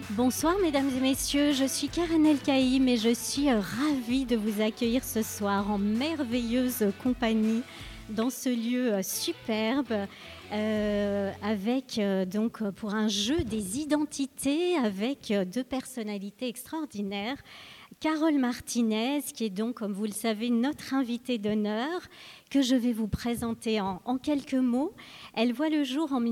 Bonsoir mesdames et messieurs, je suis Karen El-Kaïm et je suis ravie de vous accueillir ce soir en merveilleuse compagnie dans ce lieu superbe avec donc pour un jeu des identités avec deux personnalités extraordinaires. Carole Martinez, qui est donc, comme vous le savez, notre invitée d'honneur, que je vais vous présenter en quelques mots. Elle voit le jour en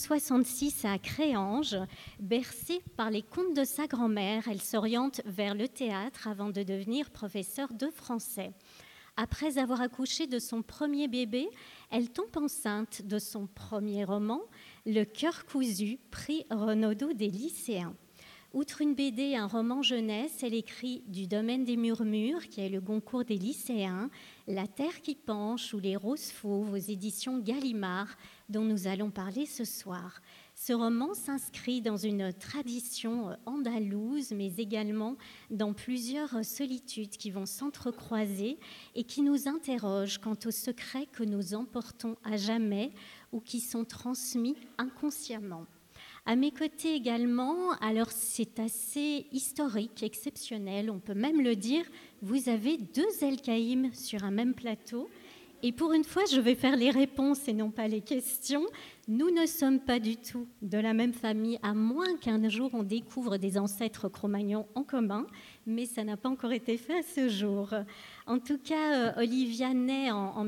1966 à Créange. Bercée par les contes de sa grand-mère, elle s'oriente vers le théâtre avant de devenir professeure de français. Après avoir accouché de son premier bébé, elle tombe enceinte de son premier roman, Le cœur cousu, prix Renaudot des lycéens. Outre une BD et un roman jeunesse, elle écrit Du domaine des murmures, qui est le Goncourt des lycéens, La terre qui penche ou Les roses fauves aux éditions Gallimard, dont nous allons parler ce soir. Ce roman s'inscrit dans une tradition andalouse, mais également dans plusieurs solitudes qui vont s'entrecroiser et qui nous interrogent quant aux secrets que nous emportons à jamais ou qui sont transmis inconsciemment. À mes côtés également, alors c'est assez historique, exceptionnel, on peut même le dire, vous avez deux El-Kaïm sur un même plateau. Et pour une fois, je vais faire les réponses et non pas les questions. Nous ne sommes pas du tout de la même famille, à moins qu'un jour on découvre des ancêtres Cro-Magnons en commun, mais ça n'a pas encore été fait à ce jour. En tout cas, Olivia naît en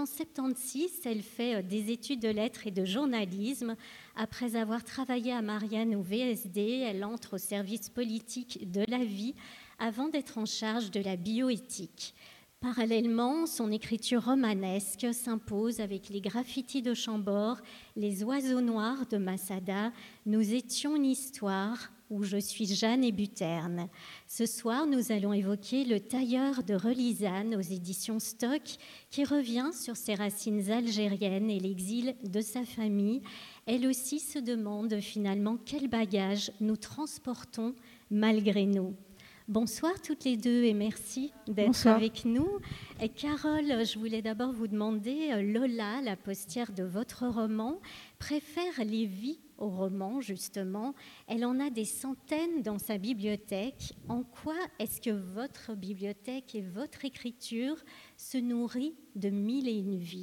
1976. Elle fait des études de lettres et de journalisme. Après avoir travaillé à Marianne au VSD, elle entre au service politique de la vie avant d'être en charge de la bioéthique. Parallèlement, son écriture romanesque s'impose avec les graffitis de Chambord, les oiseaux noirs de Masada, Nous étions une histoire, où je suis Jeanne et Buterne. Ce soir, nous allons évoquer Le tailleur de Relisane aux éditions Stock, qui revient sur ses racines algériennes et l'exil de sa famille. Elle aussi se demande finalement quel bagage nous transportons malgré nous. Bonsoir toutes les deux et merci d'être avec nous. Et Carole, je voulais d'abord vous demander, Lola, la postière de votre roman, préfère les vies au roman, justement. Elle en a des centaines dans sa bibliothèque. En quoi est-ce que votre bibliothèque et votre écriture se nourrit de mille et une vies ?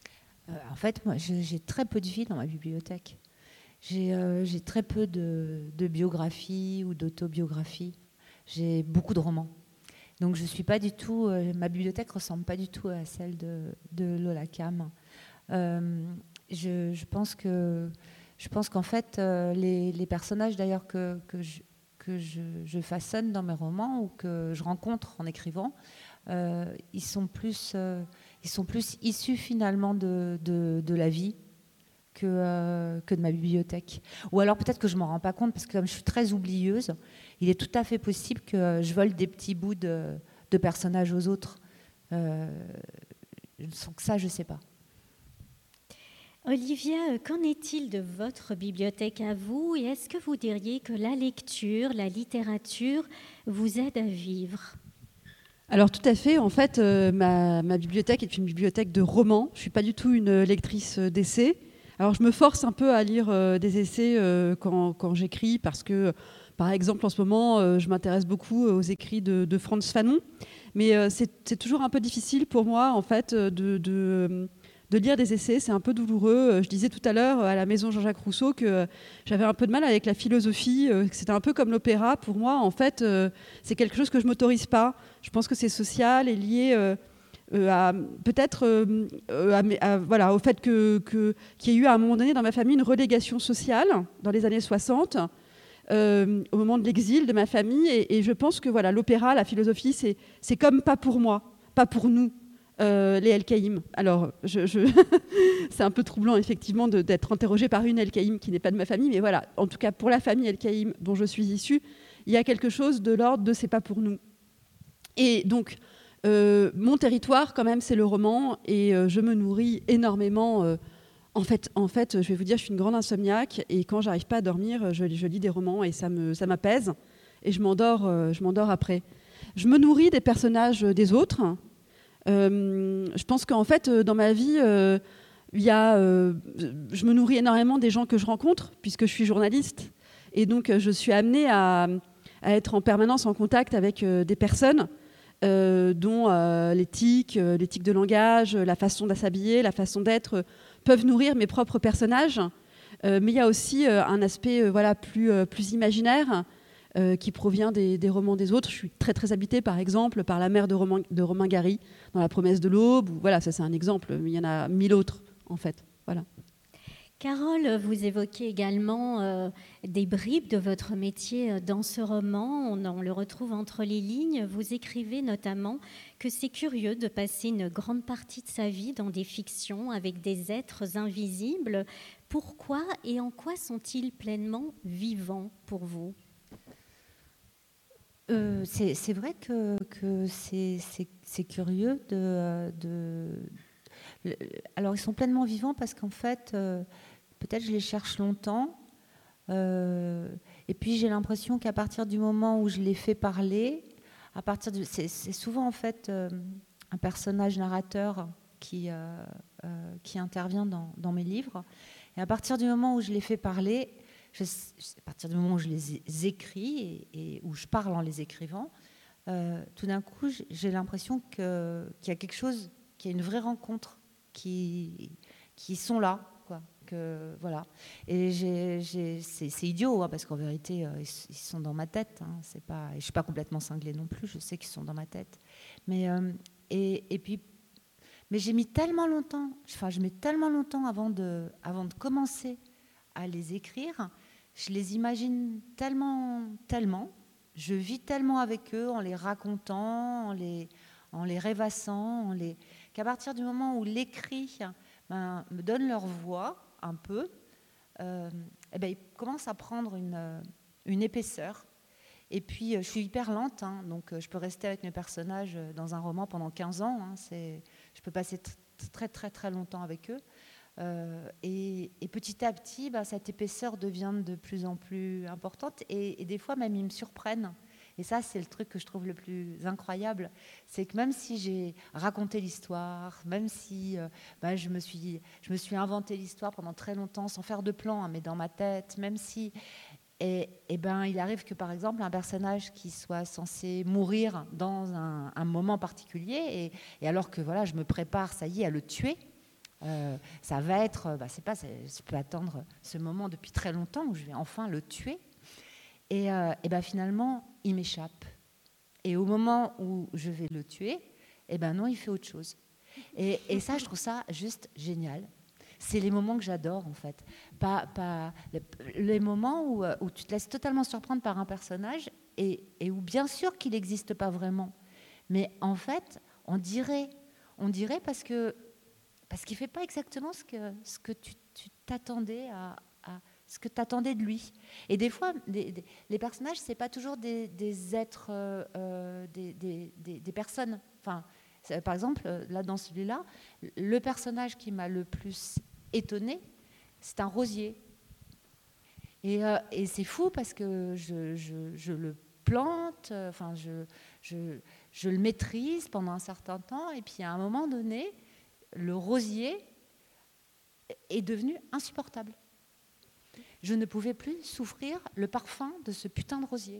En fait, moi, j'ai très peu de vies dans ma bibliothèque. J'ai très peu de biographies ou d'autobiographies. J'ai beaucoup de romans. Donc, je suis pas du tout... ma bibliothèque ressemble pas du tout à celle de Lola Cam. Je pense qu'en fait, les personnages d'ailleurs que je façonne dans mes romans ou que je rencontre en écrivant, ils sont plus issus finalement de la vie que de ma bibliothèque. Ou alors peut-être que je ne m'en rends pas compte parce que comme je suis très oublieuse, il est tout à fait possible que je vole des petits bouts de personnages aux autres. Ça, je ne sais pas. Olivia, qu'en est-il de votre bibliothèque à vous ? Et est-ce que vous diriez que la lecture, la littérature vous aide à vivre ? Alors tout à fait. En fait, ma bibliothèque est une bibliothèque de romans. Je ne suis pas du tout une lectrice d'essais. Alors je me force un peu à lire des essais quand j'écris parce que, par exemple, en ce moment, je m'intéresse beaucoup aux écrits de Frantz Fanon. Mais c'est toujours un peu difficile pour moi, en fait, de lire des essais. C'est un peu douloureux. Je disais tout à l'heure à la maison Jean-Jacques Rousseau que j'avais un peu de mal avec la philosophie. C'était un peu comme l'opéra. Pour moi, en fait, c'est quelque chose que je ne m'autorise pas. Je pense que c'est social et lié... peut-être voilà, au fait qu'il y ait eu à un moment donné dans ma famille une relégation sociale dans les années 60, au moment de l'exil de ma famille. Et je pense que voilà, l'opéra, la philosophie, c'est comme pas pour moi, pas pour nous, les El-Kaïm. Alors, c'est un peu troublant, effectivement, d'être interrogée par une El-Kaïm qui n'est pas de ma famille. Mais voilà, en tout cas, pour la famille El-Kaïm dont je suis issue, il y a quelque chose de l'ordre de « c'est pas pour nous ». Et donc... mon territoire, quand même, c'est le roman et je me nourris énormément. En fait, je vais vous dire, je suis une grande insomniaque et quand j'arrive pas à dormir, je lis des romans et ça m'apaise et je m'endors après. Je me nourris des personnages des autres. Je pense qu'en fait, dans ma vie, je me nourris énormément des gens que je rencontre puisque je suis journaliste. Et donc, je suis amenée à être en permanence en contact avec des personnes dont l'éthique de langage, la façon de s'habiller, la façon d'être peuvent nourrir mes propres personnages. Mais il y a aussi un aspect plus imaginaire qui provient des romans des autres. Je suis très, très habitée, par exemple, par la mère de Romain Gary, dans La promesse de l'aube. Voilà, ça c'est un exemple, mais il y en a 1000 autres, en fait. Voilà. Carole, vous évoquez également des bribes de votre métier dans ce roman. On le retrouve entre les lignes. Vous écrivez notamment que c'est curieux de passer une grande partie de sa vie dans des fictions avec des êtres invisibles. Pourquoi et en quoi sont-ils pleinement vivants pour vous ? C'est vrai que c'est curieux alors ils sont pleinement vivants parce qu'en fait peut-être je les cherche longtemps et puis j'ai l'impression qu'à partir du moment où je les fais parler, c'est souvent en fait un personnage narrateur qui intervient dans mes livres, et à partir du moment où je les fais parler, à partir du moment où je les écris et où je parle en les écrivant, tout d'un coup j'ai l'impression qu'il y a quelque chose, qu'il y a une vraie rencontre qui sont là, quoi. Voilà. Et c'est idiot, hein, parce qu'en vérité, ils sont dans ma tête. Hein, et je ne suis pas complètement cinglée non plus, je sais qu'ils sont dans ma tête. Mais j'ai mis tellement longtemps, je mets tellement longtemps avant de commencer à les écrire. Je les imagine tellement, je vis tellement avec eux en les racontant, en les rêvassant, qu'à partir du moment où l'écrit me donne leur voix un peu, ils commencent à prendre une épaisseur. Et puis, je suis hyper lente, hein, donc je peux rester avec mes personnages dans un roman pendant 15 ans. Hein, je peux passer très, très, très longtemps avec eux. Et petit à petit, cette épaisseur devient de plus en plus importante. Et des fois, même, ils me surprennent. Et ça, c'est le truc que je trouve le plus incroyable. C'est que même si j'ai raconté l'histoire, même si je me suis inventé l'histoire pendant très longtemps sans faire de plan, hein, mais dans ma tête, même si... il arrive que, par exemple, un personnage qui soit censé mourir dans un moment particulier, et alors que je me prépare, ça y est, à le tuer, ça va être... je peux attendre ce moment depuis très longtemps où je vais enfin le tuer. Et finalement, il m'échappe. Et au moment où je vais le tuer, non, il fait autre chose. Et ça, je trouve ça juste génial. C'est les moments que j'adore, en fait. Pas les moments où tu te laisses totalement surprendre par un personnage et où, bien sûr, qu'il n'existe pas vraiment. Mais en fait, on dirait parce qu'il ne fait pas exactement ce que tu t'attendais ce que tu attendais de lui. Et des fois, les personnages, ce n'est pas toujours des êtres, des personnes. Enfin, par exemple, là, dans celui-là, le personnage qui m'a le plus étonnée, c'est un rosier. Et c'est fou parce que je le plante, je le maîtrise pendant un certain temps, et puis à un moment donné, le rosier est devenu insupportable. Je ne pouvais plus souffrir le parfum de ce putain de rosier.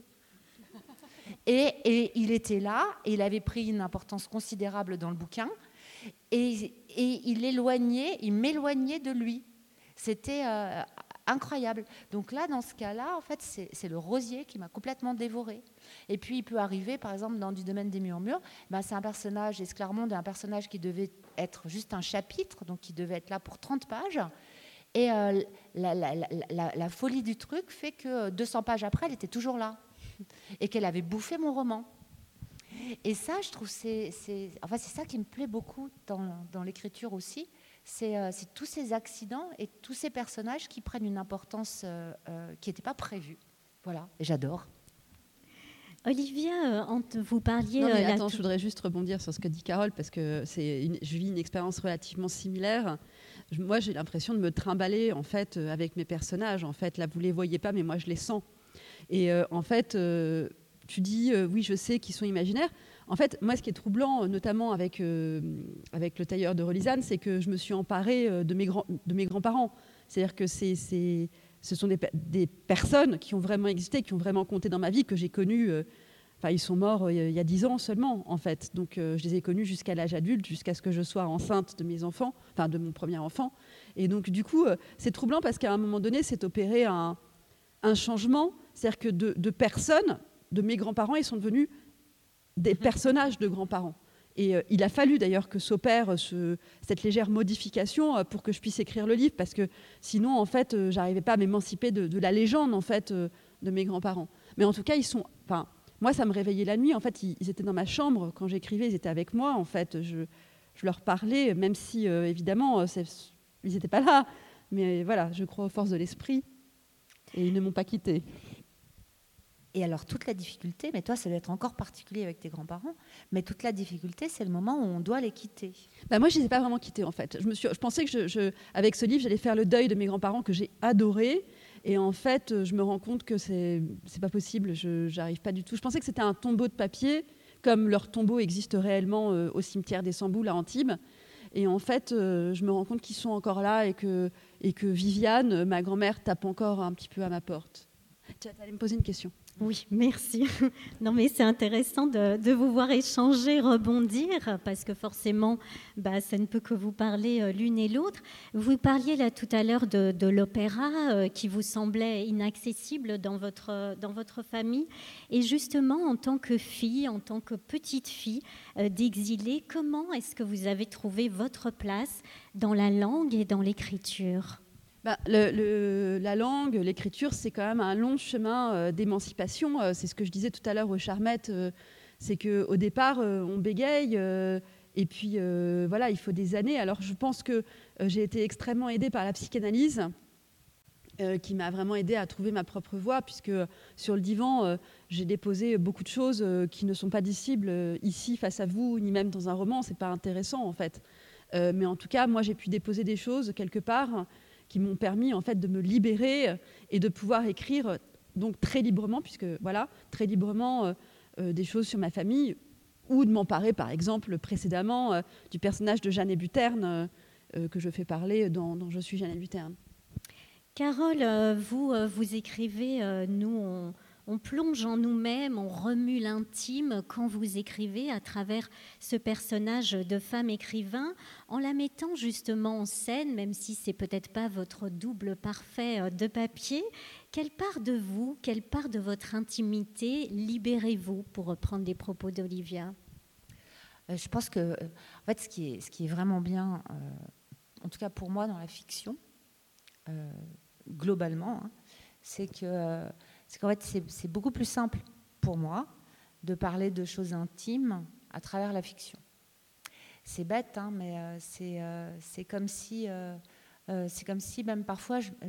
Et il était là, et il avait pris une importance considérable dans le bouquin, et il m'éloignait de lui. C'était incroyable. Donc là, dans ce cas-là, en fait, c'est le rosier qui m'a complètement dévorée. Et puis, il peut arriver, par exemple, dans Du domaine des murmures, c'est un personnage, Esclarmonde, un personnage qui devait être juste un chapitre, donc qui devait être là pour 30 pages. Et la folie du truc fait que 200 pages après, elle était toujours là. Et qu'elle avait bouffé mon roman. Et ça, je trouve, c'est ça qui me plaît beaucoup dans l'écriture aussi. C'est tous ces accidents et tous ces personnages qui prennent une importance qui n'était pas prévue. Voilà, et j'adore. Olivia, vous parliez... Non, mais attends, je voudrais juste rebondir sur ce que dit Carole, parce que je vis une expérience relativement similaire. Moi, j'ai l'impression de me trimballer, en fait, avec mes personnages. En fait, là, vous ne les voyez pas, mais moi, je les sens. Et en fait, tu dis, oui, je sais qu'ils sont imaginaires. En fait, moi, ce qui est troublant, notamment avec Le Tailleur de Relisane, c'est que je me suis emparée de mes grands-parents. C'est-à-dire que ce sont des personnes qui ont vraiment existé, qui ont vraiment compté dans ma vie, que j'ai connues. Ils sont morts il y a 10 ans seulement, en fait. Donc, je les ai connus jusqu'à l'âge adulte, jusqu'à ce que je sois enceinte de mes enfants, enfin de mon premier enfant. Et donc, du coup, c'est troublant parce qu'à un moment donné, s'est opéré un changement. C'est-à-dire que de personnes, de mes grands-parents, ils sont devenus des personnages de grands-parents. Et il a fallu d'ailleurs que s'opère cette légère modification pour que je puisse écrire le livre, parce que sinon, en fait, j'arrivais pas à m'émanciper de la légende, en fait, de mes grands-parents. Mais en tout cas, moi, ça me réveillait la nuit. En fait, ils étaient dans ma chambre quand j'écrivais, ils étaient avec moi. En fait, je leur parlais, même si, évidemment, ils n'étaient pas là. Mais voilà, je crois aux forces de l'esprit. Et ils ne m'ont pas quittée. Et alors, toute la difficulté, mais toi, ça doit être encore particulier avec tes grands-parents, mais toute la difficulté, c'est le moment où on doit les quitter. Moi, je ne les ai pas vraiment quittés, en fait. Je pensais que, avec ce livre, j'allais faire le deuil de mes grands-parents que j'ai adorés. Et en fait, je me rends compte que c'est pas possible. Je n'arrive pas du tout. Je pensais que c'était un tombeau de papier, comme leur tombeau existe réellement au cimetière des Samboules à Antibes. Et en fait, je me rends compte qu'ils sont encore là et que Viviane, ma grand-mère, tape encore un petit peu à ma porte. Tu allais me poser une question. Oui, merci. Non, mais c'est intéressant de vous voir échanger, rebondir, parce que forcément, ça ne peut que vous parler l'une et l'autre. Vous parliez là tout à l'heure de l'opéra qui vous semblait inaccessible dans votre famille. Et justement, en tant que fille, en tant que petite fille d'exilée, comment est-ce que vous avez trouvé votre place dans la langue et dans l'écriture ? La langue, l'écriture, c'est quand même un long chemin d'émancipation. C'est ce que je disais tout à l'heure aux Charmettes. C'est qu'au départ, on bégaye. Et puis, voilà, il faut des années. Alors, je pense que j'ai été extrêmement aidée par la psychanalyse, qui m'a vraiment aidée à trouver ma propre voie, puisque sur le divan, j'ai déposé beaucoup de choses qui ne sont pas dissibles ici, face à vous, ni même dans un roman. C'est pas intéressant, en fait. Mais en tout cas, moi, j'ai pu déposer des choses quelque part qui m'ont permis en fait de me libérer et de pouvoir écrire donc très librement, puisque voilà, très librement des choses sur ma famille, ou de m'emparer par exemple précédemment du personnage de Jeanne Hébuterne que je fais parler dans Je suis Jeanne Hébuterne. Carole, vous écrivez, nous on plonge en nous-mêmes, on remue l'intime quand vous écrivez à travers ce personnage de femme écrivain, en la mettant justement en scène, même si c'est peut-être pas votre double parfait de papier. Quelle part de vous, quelle part de votre intimité libérez-vous, pour reprendre les propos d'Olivia ? Je pense que, en fait, ce qui est vraiment bien, en tout cas pour moi dans la fiction, globalement, c'est qu'en fait, c'est beaucoup plus simple pour moi de parler de choses intimes à travers la fiction. C'est bête, mais c'est comme si même parfois je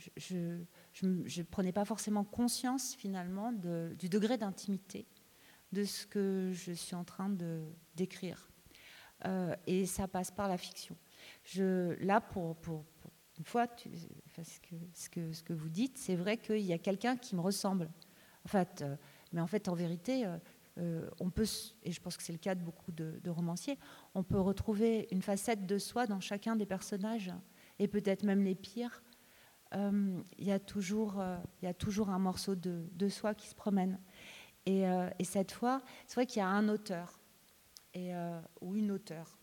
ne prenais pas forcément conscience finalement du degré d'intimité de ce que je suis en train d'écrire. Et ça passe par la fiction. Là, pour une fois, ce que vous dites, c'est vrai qu'il y a quelqu'un qui me ressemble. En fait, mais en fait, en vérité, on peut, et je pense que c'est le cas de beaucoup de romanciers, on peut retrouver une facette de soi dans chacun des personnages, et peut-être même les pires. Il y a toujours un morceau de soi qui se promène. Et cette fois, c'est vrai qu'il y a un auteur ou une auteure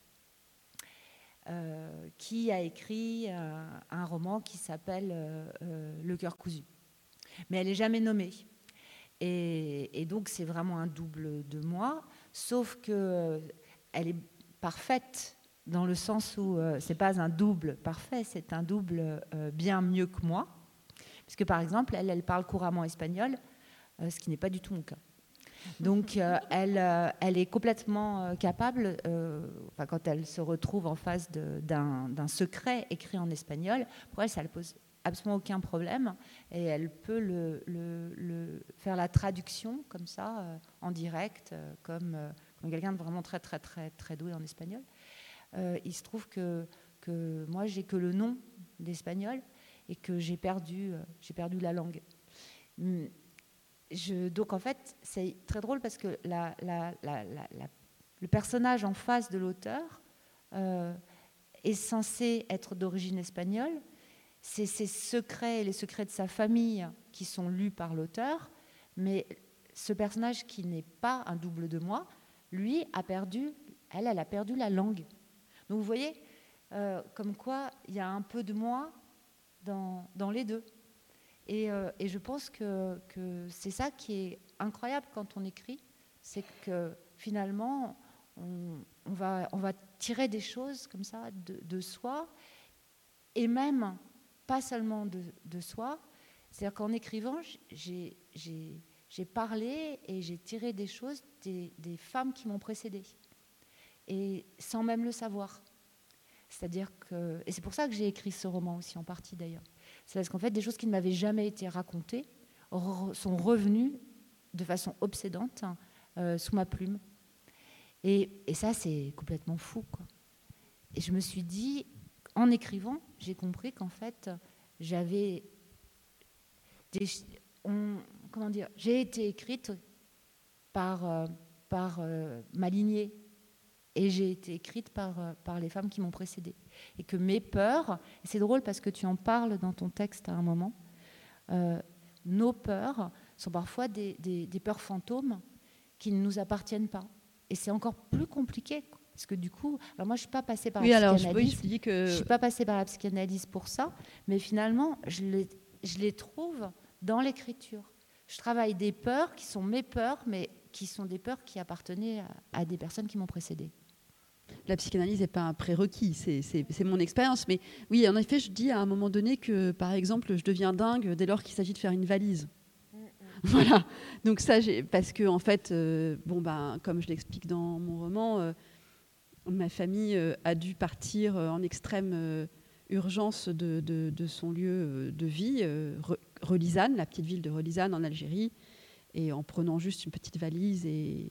qui a écrit un roman qui s'appelle Le cœur cousu. Mais elle n'est jamais nommée. Et donc, c'est vraiment un double de moi, sauf qu'elle est parfaite dans le sens où ce n'est pas un double parfait, c'est un double bien mieux que moi. Puisque, par exemple, elle parle couramment espagnol, ce qui n'est pas du tout mon cas. Donc, elle est complètement capable, quand elle se retrouve en face d'un secret écrit en espagnol, pour elle, ça ne pose absolument aucun problème. Et elle peut faire la traduction, comme ça, en direct, comme quelqu'un de vraiment très, très, très, très doué en espagnol. Il se trouve que moi, j'ai que le nom d'espagnol et que j'ai perdu la langue. Donc en fait, c'est très drôle parce que le personnage en face de l'auteur est censé être d'origine espagnole c'est ses secrets et les secrets de sa famille qui sont lus par l'auteur, mais ce personnage qui n'est pas un double de moi, lui a perdu, elle a perdu la langue. Donc vous voyez, comme quoi il y a un peu de moi dans les deux. Et je pense que c'est ça qui est incroyable quand on écrit, c'est que finalement on va tirer des choses comme ça de soi, et même pas seulement de soi. C'est-à-dire qu'en écrivant, j'ai parlé et j'ai tiré des choses des femmes qui m'ont précédée, et sans même le savoir. C'est-à-dire que, et c'est pour ça que j'ai écrit ce roman aussi en partie d'ailleurs. C'est parce qu'en fait, des choses qui ne m'avaient jamais été racontées sont revenues de façon obsédante sous ma plume. Et ça, c'est complètement fou, quoi. Et je me suis dit, en écrivant, j'ai compris qu'en fait, j'ai été écrite par ma lignée, et j'ai été écrite par les femmes qui m'ont précédée. Et que mes peurs, et c'est drôle parce que tu en parles dans ton texte à un moment, nos peurs sont parfois des peurs fantômes qui ne nous appartiennent pas. Et c'est encore plus compliqué, parce que du coup, alors moi je ne suis pas passée par la psychanalyse, je suis pas passée par la psychanalyse pour ça, mais finalement je les trouve dans l'écriture. Je travaille des peurs qui sont mes peurs, mais qui sont des peurs qui appartenaient à des personnes qui m'ont précédée. La psychanalyse n'est pas un prérequis, c'est mon expérience. Mais oui, en effet, je dis à un moment donné que, par exemple, je deviens dingue dès lors qu'il s'agit de faire une valise. Voilà. Donc ça, parce que en fait, comme je l'explique dans mon roman, ma famille a dû partir en extrême urgence de son lieu de vie, Relizane, la petite ville de Relizane en Algérie, et en prenant juste une petite valise.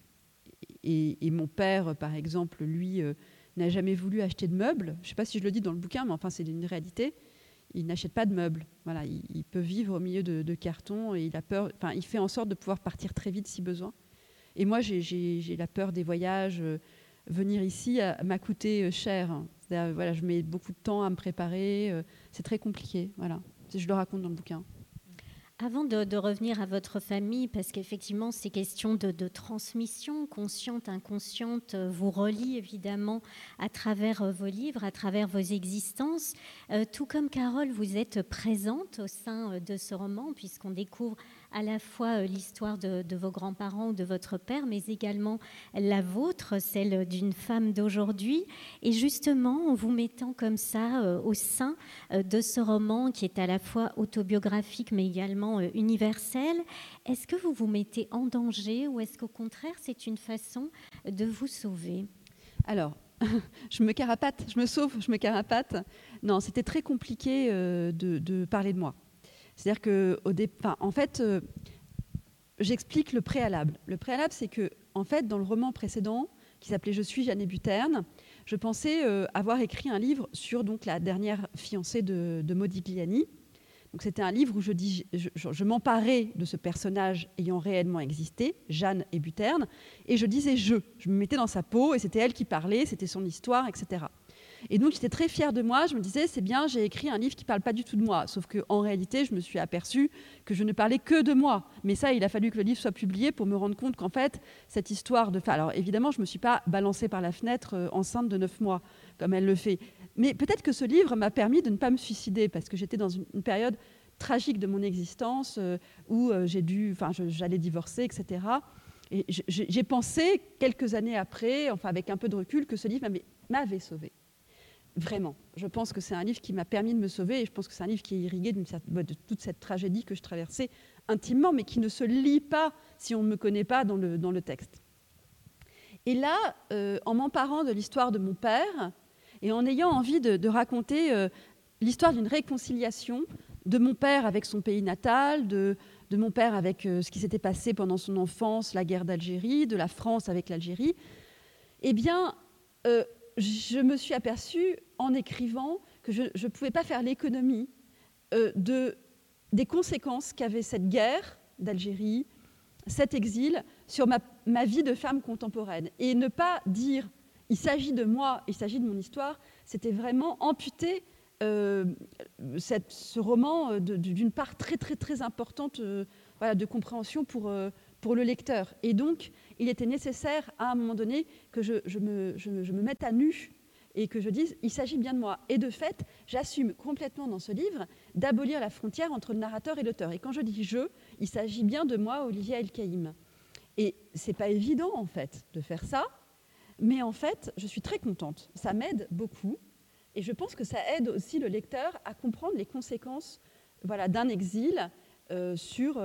Et mon père, par exemple, lui, n'a jamais voulu acheter de meubles. Je ne sais pas si je le dis dans le bouquin, mais enfin, c'est une réalité. Il n'achète pas de meubles. Voilà, il peut vivre au milieu de cartons, et il a peur. Enfin, il fait en sorte de pouvoir partir très vite si besoin. Et moi, j'ai la peur des voyages. Venir ici m'a coûté cher. Voilà, je mets beaucoup de temps à me préparer. C'est très compliqué. Voilà, je le raconte dans le bouquin. Avant de revenir à votre famille, parce qu'effectivement, ces questions de transmission consciente, inconsciente vous relient évidemment à travers vos livres, à travers vos existences. Tout comme Carole, vous êtes présente au sein de ce roman, puisqu'on découvre à la fois l'histoire de vos grands-parents ou de votre père, mais également la vôtre, celle d'une femme d'aujourd'hui. Et justement, en vous mettant comme ça au sein de ce roman qui est à la fois autobiographique, mais également universel, est-ce que vous vous mettez en danger ou est-ce qu'au contraire, c'est une façon de vous sauver ? Alors, je me carapate, je me sauve, je me carapate. Non, c'était très compliqué de parler de moi. C'est-à-dire qu'au départ, en fait, j'explique le préalable. Le préalable, c'est que, en fait, dans le roman précédent, qui s'appelait « Je suis Jeanne Buterne », je pensais avoir écrit un livre sur donc, la dernière fiancée de Modigliani. Donc, c'était un livre où je m'emparais de ce personnage ayant réellement existé, Jeanne et Buterne, et je disais « je ». Je me mettais dans sa peau, et c'était elle qui parlait, c'était son histoire, etc. Et donc, j'étais très fière de moi. Je me disais, c'est bien, j'ai écrit un livre qui ne parle pas du tout de moi. Sauf qu'en réalité, je me suis aperçue que je ne parlais que de moi. Mais ça, il a fallu que le livre soit publié pour me rendre compte qu'en fait, cette histoire de... Alors, évidemment, je ne me suis pas balancée par la fenêtre enceinte de 9 mois, comme elle le fait. Mais peut-être que ce livre m'a permis de ne pas me suicider, parce que j'étais dans une période tragique de mon existence où j'allais divorcer, etc. Et j'ai pensé, quelques années après, enfin avec un peu de recul, que ce livre m'avait sauvée. Vraiment. Je pense que c'est un livre qui m'a permis de me sauver, et je pense que c'est un livre qui est irrigué de toute cette tragédie que je traversais intimement, mais qui ne se lit pas si on ne me connaît pas dans le texte. Et là, en m'emparant de l'histoire de mon père, et en ayant envie de raconter l'histoire d'une réconciliation de mon père avec son pays natal, de mon père avec ce qui s'était passé pendant son enfance, la guerre d'Algérie, de la France avec l'Algérie, eh bien... je me suis aperçue, en écrivant, que je ne pouvais pas faire l'économie des conséquences qu'avait cette guerre d'Algérie, cet exil, sur ma vie de femme contemporaine. Et ne pas dire « il s'agit de moi, il s'agit de mon histoire », c'était vraiment amputer ce roman d'une part très très très importante de compréhension pour le lecteur. Et donc, il était nécessaire à un moment donné que je me mette à nu et que je dise, il s'agit bien de moi. Et de fait, j'assume complètement dans ce livre d'abolir la frontière entre le narrateur et l'auteur. Et quand je dis « je », il s'agit bien de moi, Olivia El-Kaïm. Et c'est pas évident, en fait, de faire ça, mais en fait, je suis très contente. Ça m'aide beaucoup. Et je pense que ça aide aussi le lecteur à comprendre les conséquences d'un exil sur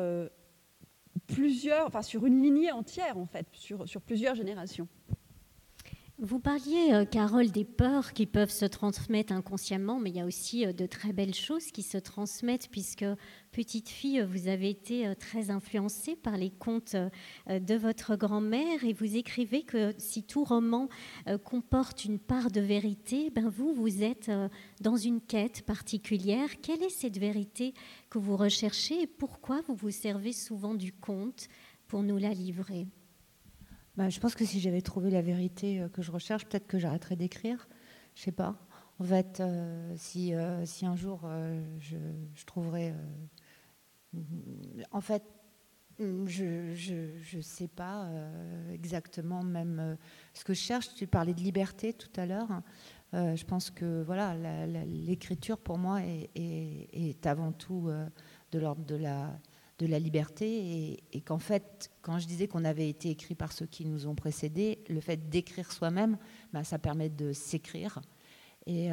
une lignée entière, en fait, sur plusieurs générations. Vous parliez, Carole, des peurs qui peuvent se transmettre inconsciemment, mais il y a aussi de très belles choses qui se transmettent, puisque, petite fille, vous avez été très influencée par les contes de votre grand-mère, et vous écrivez que si tout roman comporte une part de vérité, vous êtes dans une quête particulière. Quelle est cette vérité que vous recherchez, et pourquoi vous vous servez souvent du conte pour nous la livrer ? Je pense que si j'avais trouvé la vérité que je recherche, peut-être que j'arrêterais d'écrire. Je sais pas. En fait, si un jour je trouverais... en fait, je sais pas exactement même ce que je cherche. Tu parlais de liberté tout à l'heure. Je pense que voilà, l'écriture pour moi est avant tout de l'ordre de la liberté et qu'en fait, quand je disais qu'on avait été écrit par ceux qui nous ont précédés, le fait d'écrire soi-même, ça permet de s'écrire. Et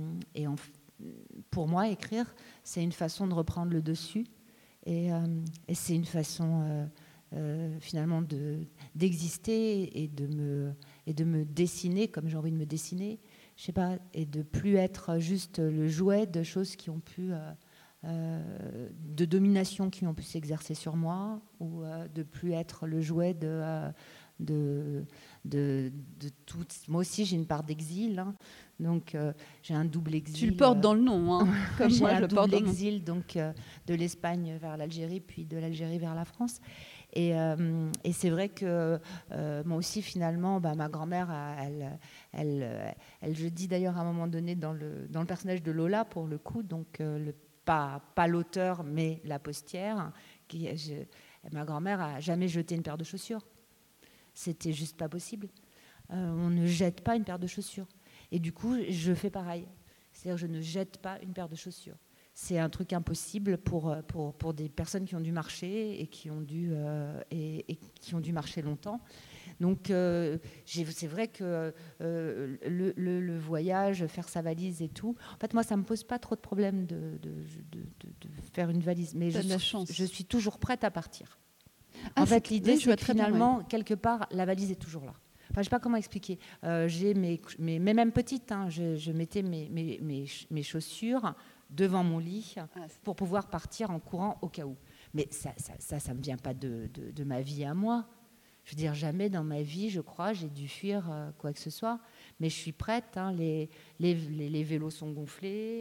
pour moi, écrire, c'est une façon de reprendre le dessus et c'est une façon finalement d'exister et de me dessiner comme j'ai envie de me dessiner, je sais pas, et de plus être juste le jouet de choses qui ont pu... de domination qui ont pu s'exercer sur moi ou de plus être le jouet de tout. Moi aussi j'ai une part d'exil, donc j'ai un double exil. Tu le portes dans le nom, comme j'ai moi, un double exil, donc de l'Espagne vers l'Algérie, puis de l'Algérie vers la France. Et c'est vrai que moi aussi finalement, ma grand-mère, elle, je dis d'ailleurs à un moment donné dans le personnage de Lola pour le coup, donc pas l'auteur, mais la postière. Ma grand-mère a jamais jeté une paire de chaussures. C'était juste pas possible. On ne jette pas une paire de chaussures. Et du coup, je fais pareil. C'est-à-dire, je ne jette pas une paire de chaussures. C'est un truc impossible pour des personnes qui ont dû marcher et qui ont dû marcher longtemps. Donc, c'est vrai que le voyage, faire sa valise et tout, en fait, moi, ça ne me pose pas trop de problème de faire une valise. Mais je suis toujours prête à partir. En fait, l'idée, c'est que finalement, quelque part, la valise est toujours là. Enfin, je ne sais pas comment expliquer. J'ai même petites, je mettais mes chaussures devant mon lit pour pouvoir partir en courant au cas où. Mais ça me vient pas de ma vie à moi. Je veux dire, jamais dans ma vie, je crois, j'ai dû fuir quoi que ce soit. Mais je suis prête. Les vélos sont gonflés.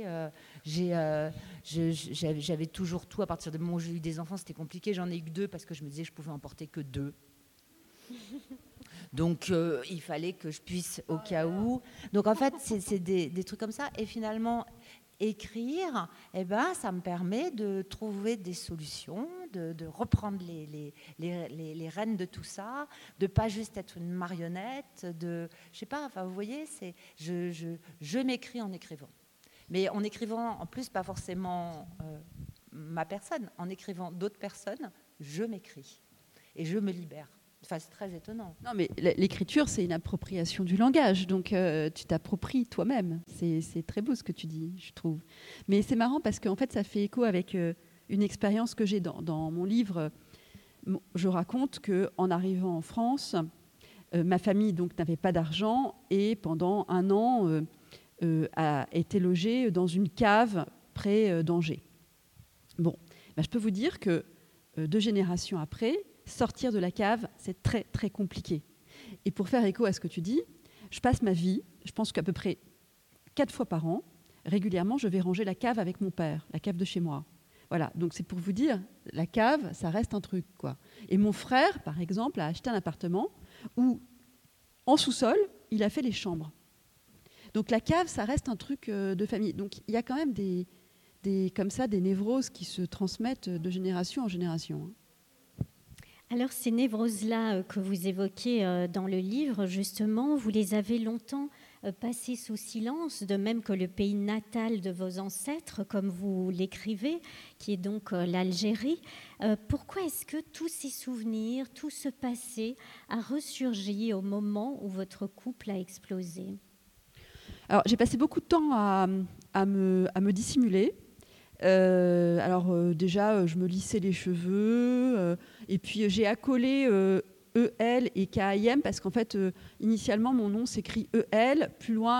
J'avais toujours tout. À partir du moment où j'ai eu des enfants, c'était compliqué. J'en ai eu que 2 parce que je me disais que je pouvais en porter que 2. Donc, il fallait que je puisse au cas où. Donc, en fait, c'est des trucs comme ça. Et finalement, écrire, ça me permet de trouver des solutions, de reprendre les rênes de tout ça, de pas juste être une marionnette, je sais pas, enfin, vous voyez, je m'écris en écrivant. Mais en écrivant, en plus, pas forcément ma personne, en écrivant d'autres personnes, je m'écris et je me libère. Enfin, c'est très étonnant. Non, mais l'écriture, c'est une appropriation du langage. Donc, tu t'appropries toi-même. C'est très beau ce que tu dis, je trouve. Mais c'est marrant parce qu'en fait, ça fait écho avec une expérience que j'ai dans mon livre. Je raconte qu'en arrivant en France, ma famille donc n'avait pas d'argent et pendant 1 an a été logée dans une cave près d'Angers. Bon, je peux vous dire que 2 générations après, sortir de la cave, c'est très, très compliqué. Et pour faire écho à ce que tu dis, je passe ma vie, je pense qu'à peu près 4 fois par an, régulièrement, je vais ranger la cave avec mon père, la cave de chez moi. Voilà, donc c'est pour vous dire, la cave, ça reste un truc, quoi. Et mon frère, par exemple, a acheté un appartement où, en sous-sol, il a fait les chambres. Donc la cave, ça reste un truc de famille. Donc il y a quand même comme ça, des névroses qui se transmettent de génération en génération. Alors ces névroses-là que vous évoquez dans le livre, justement, vous les avez longtemps passées sous silence, de même que le pays natal de vos ancêtres, comme vous l'écrivez, qui est donc l'Algérie. Pourquoi est-ce que tous ces souvenirs, tout ce passé a ressurgi au moment où votre couple a explosé ? Alors j'ai passé beaucoup de temps à me dissimuler. Déjà, je me lissais les cheveux, et puis j'ai accolé EL et KIM parce qu'en fait, initialement, mon nom s'écrit EL, plus loin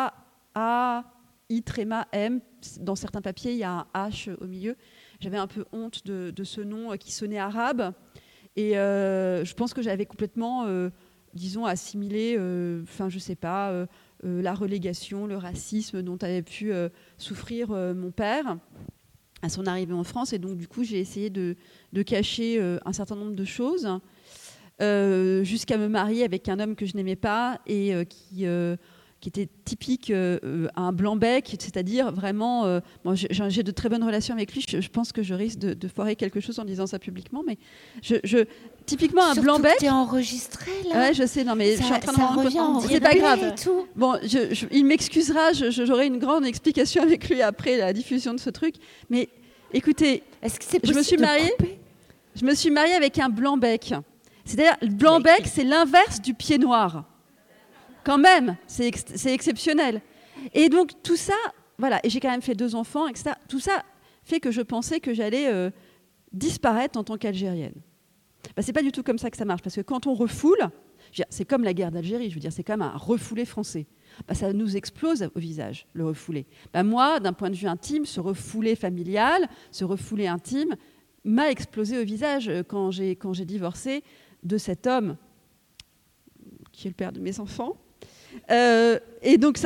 KAI-M. Dans certains papiers, il y a un H au milieu. J'avais un peu honte de ce nom qui sonnait arabe, et je pense que j'avais complètement, assimilé, je sais pas, la relégation, le racisme dont avait pu souffrir mon père à son arrivée en France. Et donc, du coup, j'ai essayé de cacher un certain nombre de choses jusqu'à me marier avec un homme que je n'aimais pas et qui était typique un blanc-bec, c'est-à-dire vraiment... j'ai de très bonnes relations avec lui. Je pense que je risque de foirer quelque chose en disant ça publiquement, mais typiquement un blanc-bec. T'es enregistré là. Ouais, je sais. Non, mais je suis en train de me rendre compte. C'est pas grave. Bon, il m'excusera. J'aurai une grande explication avec lui après la diffusion de ce truc. Mais écoutez, est-ce que c'est je me suis mariée avec un blanc-bec. C'est-à-dire, le blanc-bec, c'est l'inverse du pied noir. Quand même, c'est exceptionnel. Et donc, tout ça, voilà. Et j'ai quand même fait 2 enfants, etc. Tout ça fait que je pensais que j'allais disparaître en tant qu'Algérienne. C'est pas du tout comme ça que ça marche, parce que quand on refoule, c'est comme la guerre d'Algérie, je veux dire, c'est comme un refoulé français. Ça nous explose au visage, le refoulé. Moi, d'un point de vue intime, ce refoulé familial, ce refoulé intime, m'a explosé au visage quand j'ai divorcé de cet homme qui est le père de mes enfants. Et donc,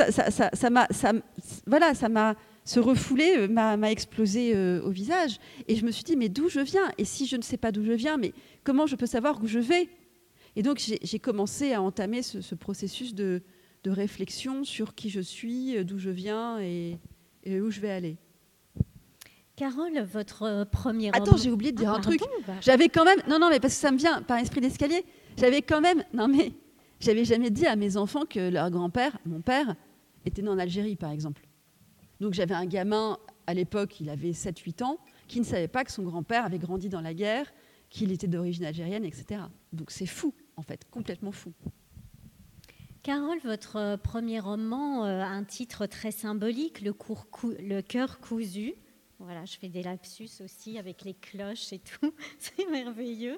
ce refoulé m'a explosé au visage. Et je me suis dit, mais d'où je viens ? Et si je ne sais pas d'où je viens, mais comment je peux savoir où je vais ? Et donc, j'ai commencé à entamer ce processus de réflexion sur qui je suis, d'où je viens et où je vais aller. Carole, votre premier roman... Attends, j'ai oublié de dire un truc. J'avais quand même... Non, mais parce que ça me vient par esprit d'escalier. J'avais quand même... Non, mais j'avais jamais dit à mes enfants que leur grand-père, mon père, était né en Algérie, par exemple. Donc j'avais un gamin, à l'époque, il avait 7-8 ans, qui ne savait pas que son grand-père avait grandi dans la guerre, qu'il était d'origine algérienne, etc. Donc c'est fou, en fait, complètement fou. Carole, votre premier roman a un titre très symbolique, Le cœur cousu. Voilà, je fais des lapsus aussi avec les cloches et tout, c'est merveilleux.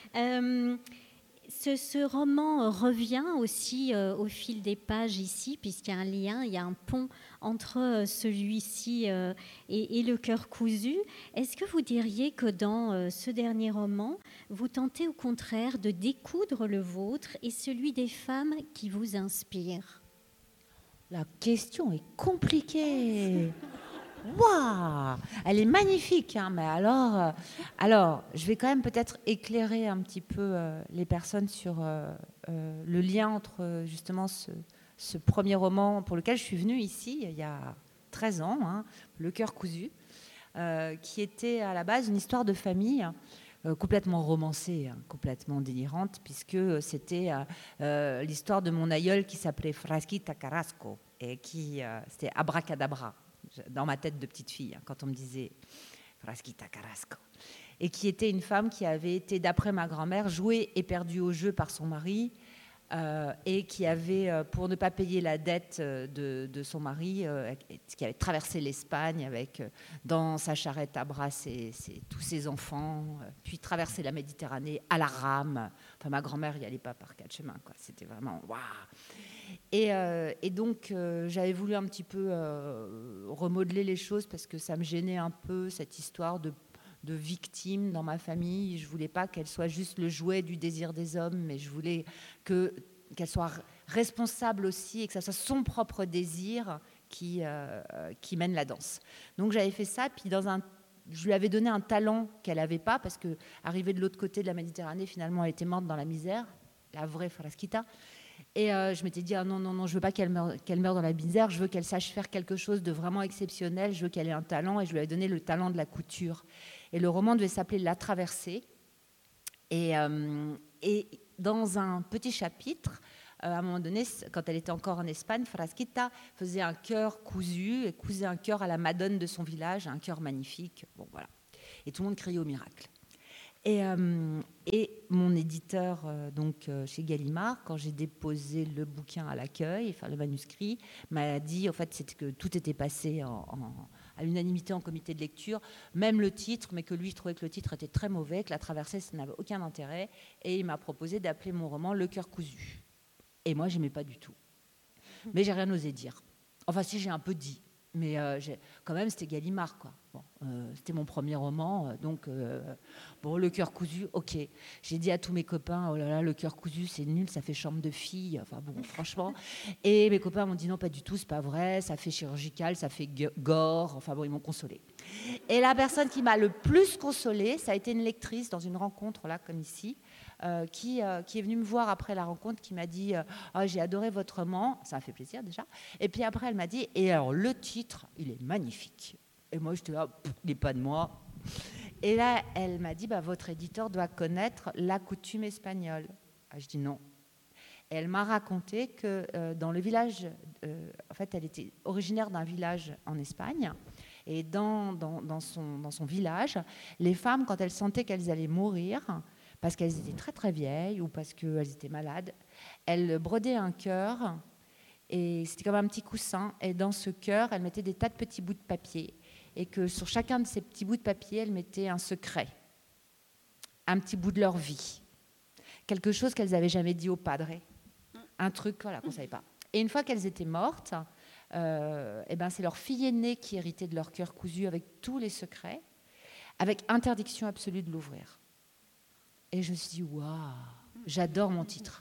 Ce roman revient aussi au fil des pages ici, puisqu'il y a un lien, il y a un pont entre celui-ci et Le cœur cousu. Est-ce que vous diriez que dans ce dernier roman, vous tentez au contraire de découdre le vôtre et celui des femmes qui vous inspirent ? La question est compliquée. Waouh, elle est magnifique, hein, mais alors, je vais quand même peut-être éclairer un petit peu les personnes sur le lien entre justement ce premier roman pour lequel je suis venue ici il y a 13 ans, hein, Le cœur cousu, qui était à la base une histoire de famille complètement romancée, hein, complètement délirante, puisque c'était l'histoire de mon aïeul qui s'appelait Frasquita Carrasco et qui c'était abracadabra dans ma tête de petite fille, hein, quand on me disait Frasquita Carrasco, et qui était une femme qui avait été, d'après ma grand-mère, jouée et perdue au jeu par son mari, et qui avait, pour ne pas payer la dette de son mari, qui avait traversé l'Espagne avec, dans sa charrette à bras, tous ses enfants, puis traversé la Méditerranée à la rame. Enfin, ma grand-mère n'y allait pas par 4 chemins, quoi. C'était vraiment waouh. Et donc, j'avais voulu un petit peu remodeler les choses parce que ça me gênait un peu, cette histoire de victime dans ma famille. Je ne voulais pas qu'elle soit juste le jouet du désir des hommes, mais je voulais qu'elle soit responsable aussi et que ça soit son propre désir qui mène la danse. Donc, j'avais fait ça, puis je lui avais donné un talent qu'elle n'avait pas parce qu'arrivée de l'autre côté de la Méditerranée, finalement, elle était morte dans la misère, la vraie Frasquita. Et je m'étais dit, ah non, non, non, je veux pas qu'elle meure dans la misère, je veux qu'elle sache faire quelque chose de vraiment exceptionnel, je veux qu'elle ait un talent, et je lui ai donné le talent de la couture. Et le roman devait s'appeler La Traversée. Et dans un petit chapitre, à un moment donné, quand elle était encore en Espagne, Frasquita faisait un cœur cousu et cousait un cœur à la Madone de son village, un cœur magnifique. Bon, voilà. Et tout le monde criait au miracle. Et mon éditeur, chez Gallimard, quand j'ai déposé le bouquin à l'accueil, enfin le manuscrit, m'a dit en fait que tout était passé à l'unanimité en comité de lecture, même le titre, mais que lui, il trouvait que le titre était très mauvais, que La Traversée, ça n'avait aucun intérêt, et il m'a proposé d'appeler mon roman Le cœur cousu. Et moi, j'aimais pas du tout. Mais j'ai rien osé dire. Enfin, si, j'ai un peu dit. Mais quand même, c'était Gallimard, quoi. Bon, c'était mon premier roman, bon, Le cœur cousu, ok. J'ai dit à tous mes copains, oh là là, Le cœur cousu, c'est nul, ça fait chambre de fille. Enfin bon, franchement. Et mes copains m'ont dit non, pas du tout, c'est pas vrai, ça fait chirurgical, ça fait gore. Enfin bon, ils m'ont consolée. Et la personne qui m'a le plus consolée, ça a été une lectrice dans une rencontre là, comme ici. Qui est venue me voir après la rencontre, qui m'a dit j'ai adoré votre roman, ça m'a fait plaisir déjà. Et puis après, elle m'a dit et alors le titre, il est magnifique. Et moi, j'étais là, il n'est pas de moi. Et là, elle m'a dit votre éditeur doit connaître La coutume espagnole. Je dis non. Et elle m'a raconté que dans le village, en fait, elle était originaire d'un village en Espagne. Et dans son village, les femmes, quand elles sentaient qu'elles allaient mourir, parce qu'elles étaient très très vieilles ou parce qu'elles étaient malades, elles brodaient un cœur et c'était comme un petit coussin, et dans ce cœur elles mettaient des tas de petits bouts de papier, et que sur chacun de ces petits bouts de papier elles mettaient un secret, un petit bout de leur vie, quelque chose qu'elles n'avaient jamais dit au padre, un truc qu'on ne savait pas. Et une fois qu'elles étaient mortes, c'est leur fille aînée qui héritait de leur cœur cousu avec tous les secrets, avec interdiction absolue de l'ouvrir. Et je me suis dit, waouh, j'adore mon titre.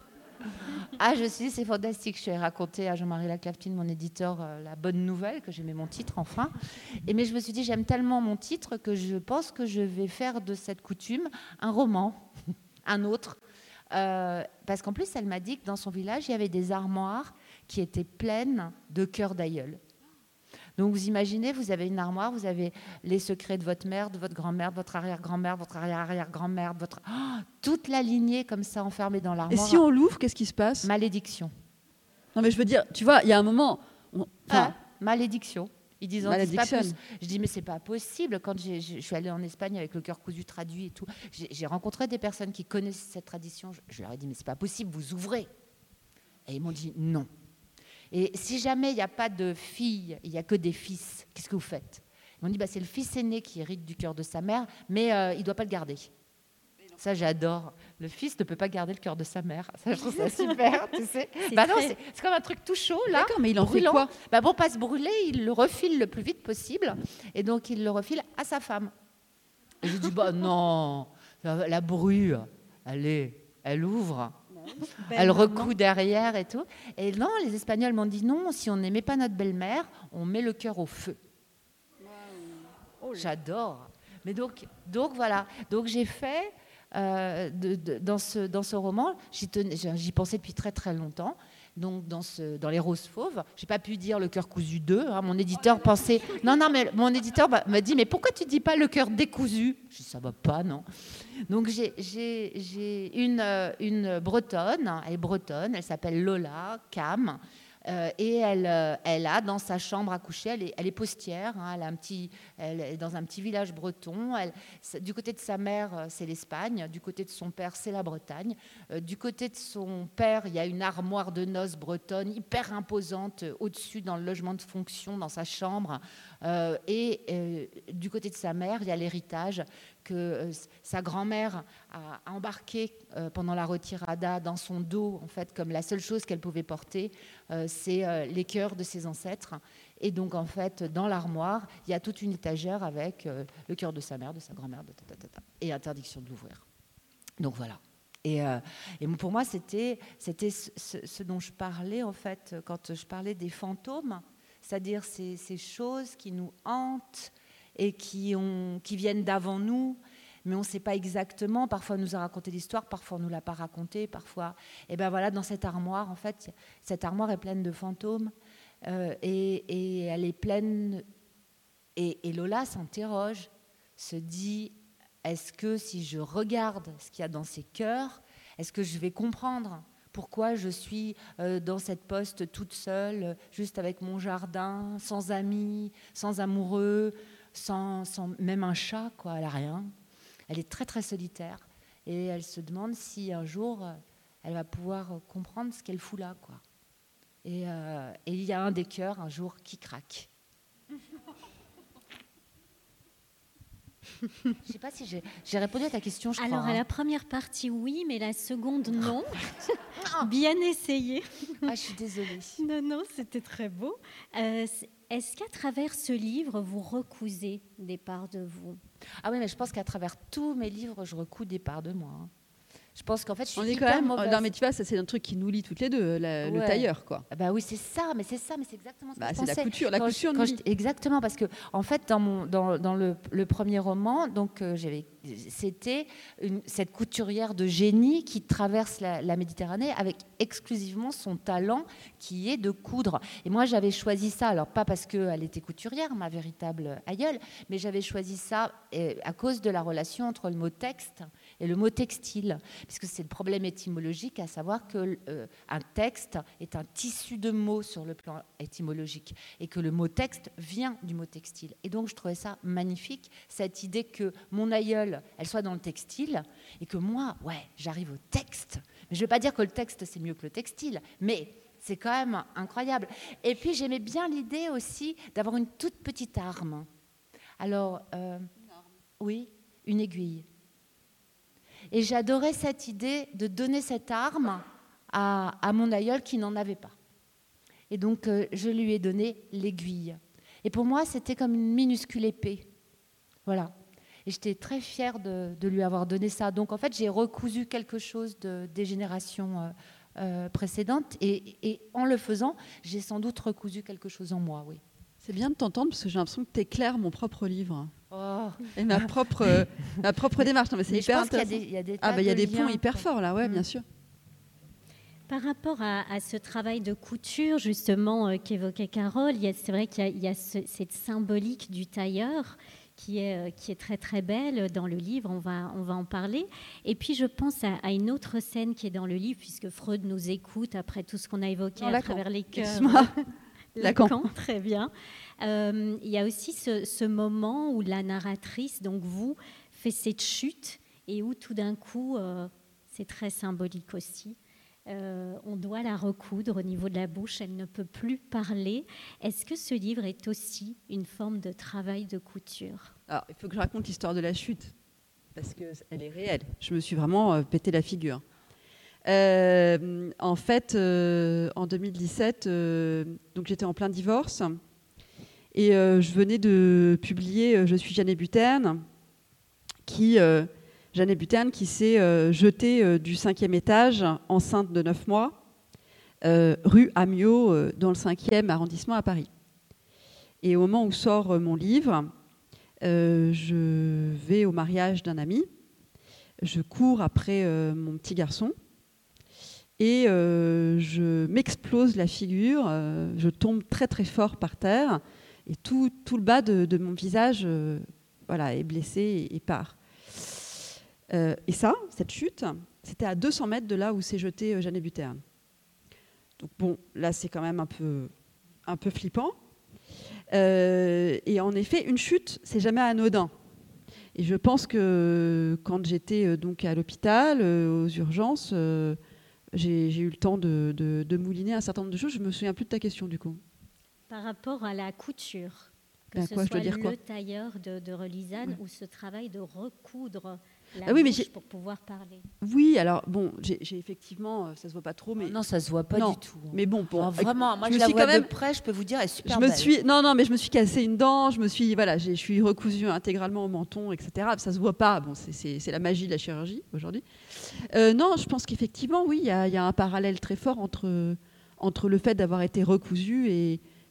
Je me suis dit, c'est fantastique. Je vais raconter à Jean-Marie Laclaftine, mon éditeur, la bonne nouvelle, que j'aimais mon titre, enfin. Mais je me suis dit, j'aime tellement mon titre que je pense que je vais faire de cette coutume un roman, un autre. Parce qu'en plus, elle m'a dit que dans son village, il y avait des armoires qui étaient pleines de cœurs d'aïeul. Donc vous imaginez, vous avez une armoire, vous avez les secrets de votre mère, de votre grand-mère, de votre arrière-grand-mère, votre arrière-arrière-grand-mère, toute la lignée comme ça enfermée dans l'armoire. Et si on l'ouvre, qu'est-ce qui se passe ? Malédiction. Non mais je veux dire, tu vois, il y a un moment... Malédiction. Ils disent, malédiction. Je dis, mais c'est pas possible. Quand je suis allée en Espagne avec Le cœur cousu traduit et tout, j'ai rencontré des personnes qui connaissent cette tradition. Je leur ai dit, mais c'est pas possible, vous ouvrez. Et ils m'ont dit, non. Et si jamais il n'y a pas de filles, il n'y a que des fils, qu'est-ce que vous faites ? Ils m'ont dit, c'est le fils aîné qui hérite du cœur de sa mère, mais il ne doit pas le garder. Ça, j'adore. Le fils ne peut pas garder le cœur de sa mère. Ça, je trouve ça super, tu sais. C'est comme un truc tout chaud, là. D'accord, mais il en brûlant. fait quoi ? Pour ne pas se brûler, il le refile le plus vite possible. Et donc, il le refile à sa femme. Et je dis, non, la bru, elle ouvre. Elle recoue derrière et tout. Et non, les Espagnols m'ont dit non, si on n'aimait pas notre belle-mère, on met le cœur au feu. J'adore. Mais donc voilà. Donc j'ai fait dans ce roman, j'y pensais depuis très très longtemps. Donc dans Les Roses Fauves, j'ai pas pu dire Le cœur cousu 2. Mon éditeur pensait mais mon éditeur m'a dit mais pourquoi tu dis pas Le cœur décousu ? Je dis ça va pas, non. Donc j'ai une bretonne, elle est bretonne, elle s'appelle Lola Cam, et elle a dans sa chambre à coucher, elle est postière, elle est dans un petit village breton. Du côté de sa mère, c'est l'Espagne, du côté de son père, c'est la Bretagne. Du côté de son père, il y a une armoire de noces bretonne hyper imposante au-dessus dans le logement de fonction, dans sa chambre. Et du côté de sa mère, il y a l'héritage que sa grand-mère a embarqué pendant la retirada dans son dos, en fait, comme la seule chose qu'elle pouvait porter, c'est les cœurs de ses ancêtres. Et donc, en fait, dans l'armoire, il y a toute une étagère avec le cœur de sa mère, de sa grand-mère, et interdiction de l'ouvrir. Donc, voilà. Et pour moi, c'était ce dont je parlais, en fait, quand je parlais des fantômes, c'est-à-dire ces choses qui nous hantent et qui viennent d'avant nous, mais on ne sait pas exactement. Parfois, on nous a raconté l'histoire, parfois, on ne nous l'a pas raconté, parfois. Et bien voilà, dans cette armoire, en fait, cette armoire est pleine de fantômes et elle est pleine. Et Lola s'interroge, se dit, est-ce que si je regarde ce qu'il y a dans ces cœurs, est-ce que je vais comprendre pourquoi je suis dans cette poste toute seule, juste avec mon jardin, sans amis, sans amoureux, sans même un chat, quoi, elle n'a rien. Elle est très très solitaire et elle se demande si un jour elle va pouvoir comprendre ce qu'elle fout là, quoi. Et il y a un des cœurs un jour qui craque. Je ne sais pas si j'ai répondu à ta question, je crois. Alors, à la première partie, oui, mais la seconde, non. Bien essayé. Ah, je suis désolée. Non, c'était très beau. Est-ce qu'à travers ce livre, vous recousez des parts de vous ? Ah oui, mais je pense qu'à travers tous mes livres, je recous des parts de moi. Je pense qu'en fait, je suis on est hyper quand même mauvaise. Non, mais tu vois, ça c'est un truc qui nous lie toutes les deux, le tailleur, quoi. Bah oui, c'est exactement ce que je pensais. C'est la couture, la couture. Exactement, parce que en fait, dans le premier roman, donc c'était cette couturière de génie qui traverse la Méditerranée avec exclusivement son talent qui est de coudre. Et moi, j'avais choisi ça, alors pas parce qu'elle était couturière, ma véritable aïeule, mais j'avais choisi ça à cause de la relation entre le mot texte et le mot textile, puisque c'est le problème étymologique, à savoir qu'un texte est un tissu de mots sur le plan étymologique, et que le mot texte vient du mot textile. Et donc, je trouvais ça magnifique, cette idée que mon aïeule, elle soit dans le textile, et que moi, j'arrive au texte. Mais je ne veux pas dire que le texte, c'est mieux que le textile, mais c'est quand même incroyable. Et puis, j'aimais bien l'idée aussi d'avoir une toute petite arme. Alors, oui, une aiguille. Et j'adorais cette idée de donner cette arme à mon aïeul qui n'en avait pas. Et donc, je lui ai donné l'aiguille. Et pour moi, c'était comme une minuscule épée. Voilà. Et j'étais très fière de lui avoir donné ça. Donc, en fait, j'ai recousu quelque chose des générations précédentes. Et en le faisant, j'ai sans doute recousu quelque chose en moi, oui. C'est bien de t'entendre parce que j'ai l'impression que tu éclaires mon propre livre. Oh. Et ma propre démarche. Non, mais c'est hyper intéressant. Il y a des il y a des ponts hyper forts là, bien sûr. Par rapport à ce travail de couture, justement, qu'évoquait Carole, c'est vrai qu'il y a cette symbolique du tailleur qui est très très belle dans le livre, on va en parler. Et puis je pense à une autre scène qui est dans le livre, puisque Freud nous écoute après tout ce qu'on a évoqué à travers les cœurs. Lacan, très bien. Il y a aussi ce moment où la narratrice, donc vous, fait cette chute et où tout d'un coup, c'est très symbolique aussi, on doit la recoudre au niveau de la bouche, elle ne peut plus parler. Est-ce que ce livre est aussi une forme de travail de couture ? Alors, il faut que je raconte l'histoire de la chute, parce qu'elle est réelle. Je me suis vraiment pété la figure. En fait, en 2017, donc j'étais en plein divorce et je venais de publier Je suis Jeanne Hébuterne qui s'est jetée du 5e étage enceinte de 9 mois, rue Amiot, dans le 5e arrondissement à Paris. Et au moment où sort mon livre, je vais au mariage d'un ami, je cours après mon petit garçon, et je m'explose la figure, je tombe très très fort par terre et tout le bas de mon visage est blessé et part. Et cette chute, c'était à 200 mètres de là où s'est jetée Jeanne Hébuterne. Donc bon, là c'est quand même un peu flippant. Et en effet, une chute, c'est jamais anodin. Et je pense que quand j'étais donc à l'hôpital, aux urgences, j'ai eu le temps de mouliner un certain nombre de choses. Je ne me souviens plus de ta question, du coup. Par rapport à la couture, que ce soit le tailleur de Relisane ou ce travail de recoudre la bouche pour pouvoir parler. Oui, alors, bon, j'ai effectivement, ça ne se voit pas trop. Mais... Non, ça ne se voit pas du tout. Mais bon, vraiment, moi, je la vois de près, je peux vous dire, elle est super belle. Mais je me suis cassé une dent, je suis recousue intégralement au menton, etc. Ça ne se voit pas. Bon, c'est la magie de la chirurgie, aujourd'hui. Non, je pense qu'effectivement, oui, il y a un parallèle très fort entre le fait d'avoir été recousu et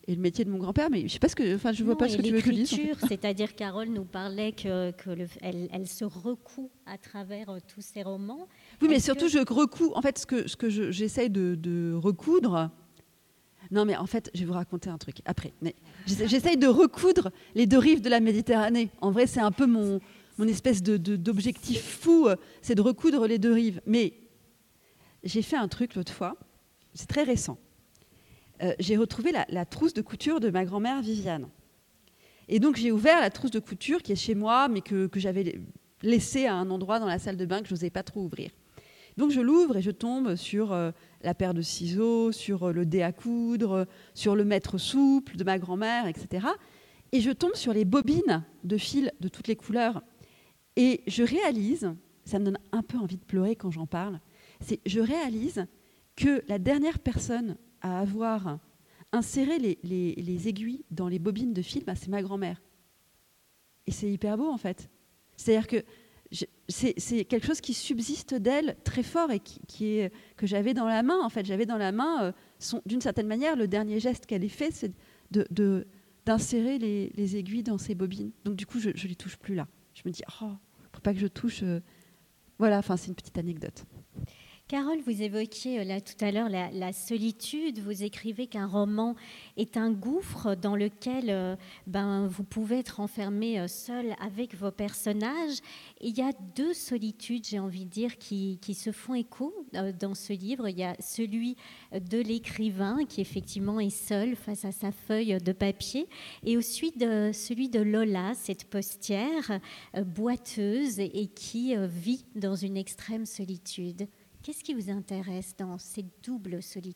et le métier de mon grand-père, mais je sais pas je vois Non, pas ce que tu veux que je dise. l'écriture, c'est-à-dire Carole nous parlait elle se recoue à travers tous ses romans. Oui, mais surtout je recoue. En fait, ce que j'essaye de recoudre. Non, mais en fait, je vais vous raconter un truc après. Mais j'essaye de recoudre les deux rives de la Méditerranée. En vrai, c'est un peu mon espèce d'objectif fou, c'est de recoudre les deux rives. Mais j'ai fait un truc l'autre fois. C'est très récent. J'ai retrouvé la trousse de couture de ma grand-mère Viviane. Et donc, j'ai ouvert la trousse de couture qui est chez moi, mais que j'avais laissée à un endroit dans la salle de bain que je n'osais pas trop ouvrir. Donc, je l'ouvre et je tombe sur la paire de ciseaux, sur le dé à coudre, sur le mètre souple de ma grand-mère, etc. Et je tombe sur les bobines de fil de toutes les couleurs. Et je réalise, ça me donne un peu envie de pleurer quand j'en parle, je réalise que la dernière personne à avoir inséré les aiguilles dans les bobines de fil, c'est ma grand-mère. Et c'est hyper beau, en fait. C'est-à-dire que c'est quelque chose qui subsiste d'elle très fort et que j'avais dans la main. En fait, j'avais dans la main, d'une certaine manière, le dernier geste qu'elle ait fait, c'est d'insérer les aiguilles dans ses bobines. Donc, du coup, je ne les touche plus là. Je me dis, faut pas que je touche. Voilà, c'est une petite anecdote. Carole, vous évoquiez là tout à l'heure la solitude. Vous écrivez qu'un roman est un gouffre dans lequel vous pouvez être enfermé seul avec vos personnages. Et il y a deux solitudes, j'ai envie de dire, qui se font écho dans ce livre. Il y a celui de l'écrivain qui effectivement est seul face à sa feuille de papier, et aussi celui de Lola, cette postière boiteuse et qui vit dans une extrême solitude. Qu'est-ce qui vous intéresse dans ces doubles solitudes ?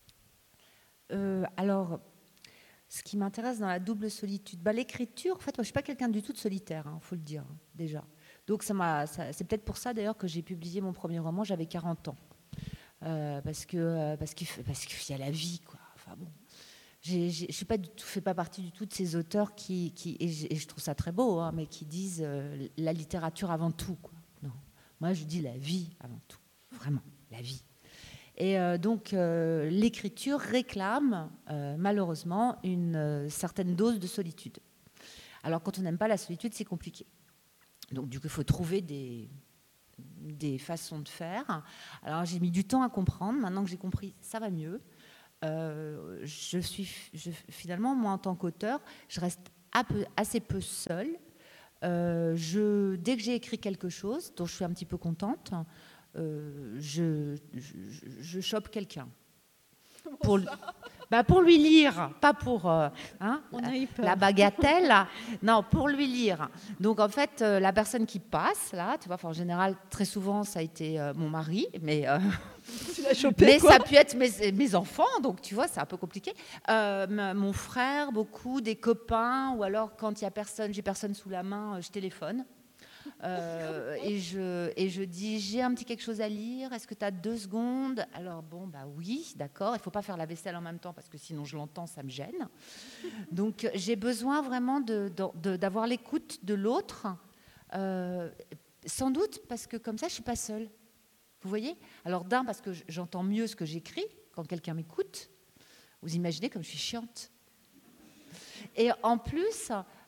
Alors, ce qui m'intéresse dans la double solitude, l'écriture, en fait, moi, je ne suis pas quelqu'un du tout de solitaire, faut le dire, déjà. Donc, c'est peut-être pour ça, d'ailleurs, que j'ai publié mon premier roman, j'avais 40 ans. Parce qu'il y a la vie, quoi. Enfin, bon. Je fais pas partie du tout de ces auteurs et je trouve ça très beau, mais qui disent la littérature avant tout, quoi. Non. Moi, je dis la vie avant tout. Vraiment, la vie. Et donc, l'écriture réclame, malheureusement, une certaine dose de solitude. Alors, quand on n'aime pas la solitude, c'est compliqué. Donc, du coup, il faut trouver des façons de faire. Alors, j'ai mis du temps à comprendre. Maintenant que j'ai compris, ça va mieux. Finalement, moi, en tant qu'auteur, je reste assez peu seule. Dès que j'ai écrit quelque chose dont je suis un petit peu contente, je chope quelqu'un pour lui lire, pas pour la bagatelle, non, pour lui lire. Donc en fait, la personne qui passe là, tu vois, en général, très souvent, ça a été mon mari, mais tu l'as chopé, mais quoi. ça a pu être mes enfants, donc tu vois, c'est un peu compliqué. Mon frère, beaucoup, des copains, ou alors quand il y a personne, j'ai personne sous la main, je téléphone. Et je dis, j'ai un petit quelque chose à lire, est-ce que tu as 2 secondes ? Alors oui, d'accord, il ne faut pas faire la vaisselle en même temps parce que sinon je l'entends, ça me gêne. Donc j'ai besoin vraiment d'avoir l'écoute de l'autre, sans doute parce que comme ça je ne suis pas seule. Vous voyez ? Alors parce que j'entends mieux ce que j'écris quand quelqu'un m'écoute. Vous imaginez comme je suis chiante. Et en plus...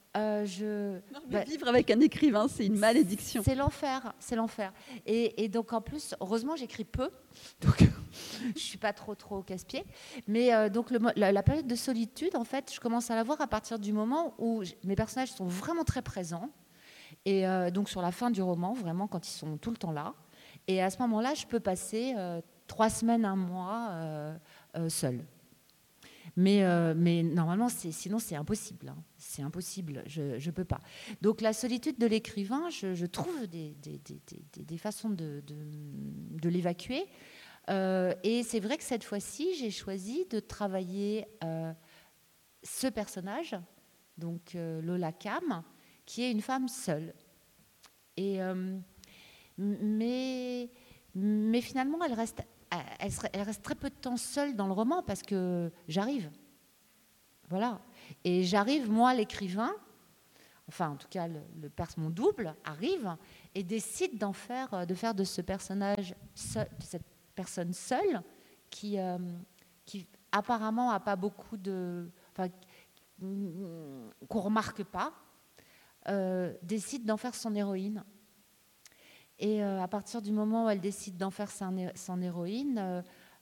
vivre avec un écrivain, c'est une malédiction. C'est l'enfer. Et donc, en plus, heureusement, j'écris peu. Donc, je ne suis pas trop casse-pied. Mais donc, la période de solitude, en fait, je commence à la voir à partir du moment où mes personnages sont vraiment très présents. Et donc, sur la fin du roman, vraiment, quand ils sont tout le temps là. Et à ce moment-là, je peux passer 3 semaines, 1 mois seule. Mais normalement, sinon, c'est impossible. C'est impossible, je ne peux pas. Donc, la solitude de l'écrivain, je trouve des façons de l'évacuer. Et c'est vrai que cette fois-ci, j'ai choisi de travailler ce personnage, donc Lola Cam, qui est une femme seule. Et, mais finalement, elle reste très peu de temps seule dans le roman parce que j'arrive. Voilà. Et j'arrive, moi, l'écrivain, enfin, en tout cas, mon double arrive et décide de faire de ce personnage, de cette personne seule, qui apparemment a pas beaucoup de... Enfin, qu'on remarque pas, décide d'en faire son héroïne. Et à partir du moment où elle décide d'en faire son héroïne,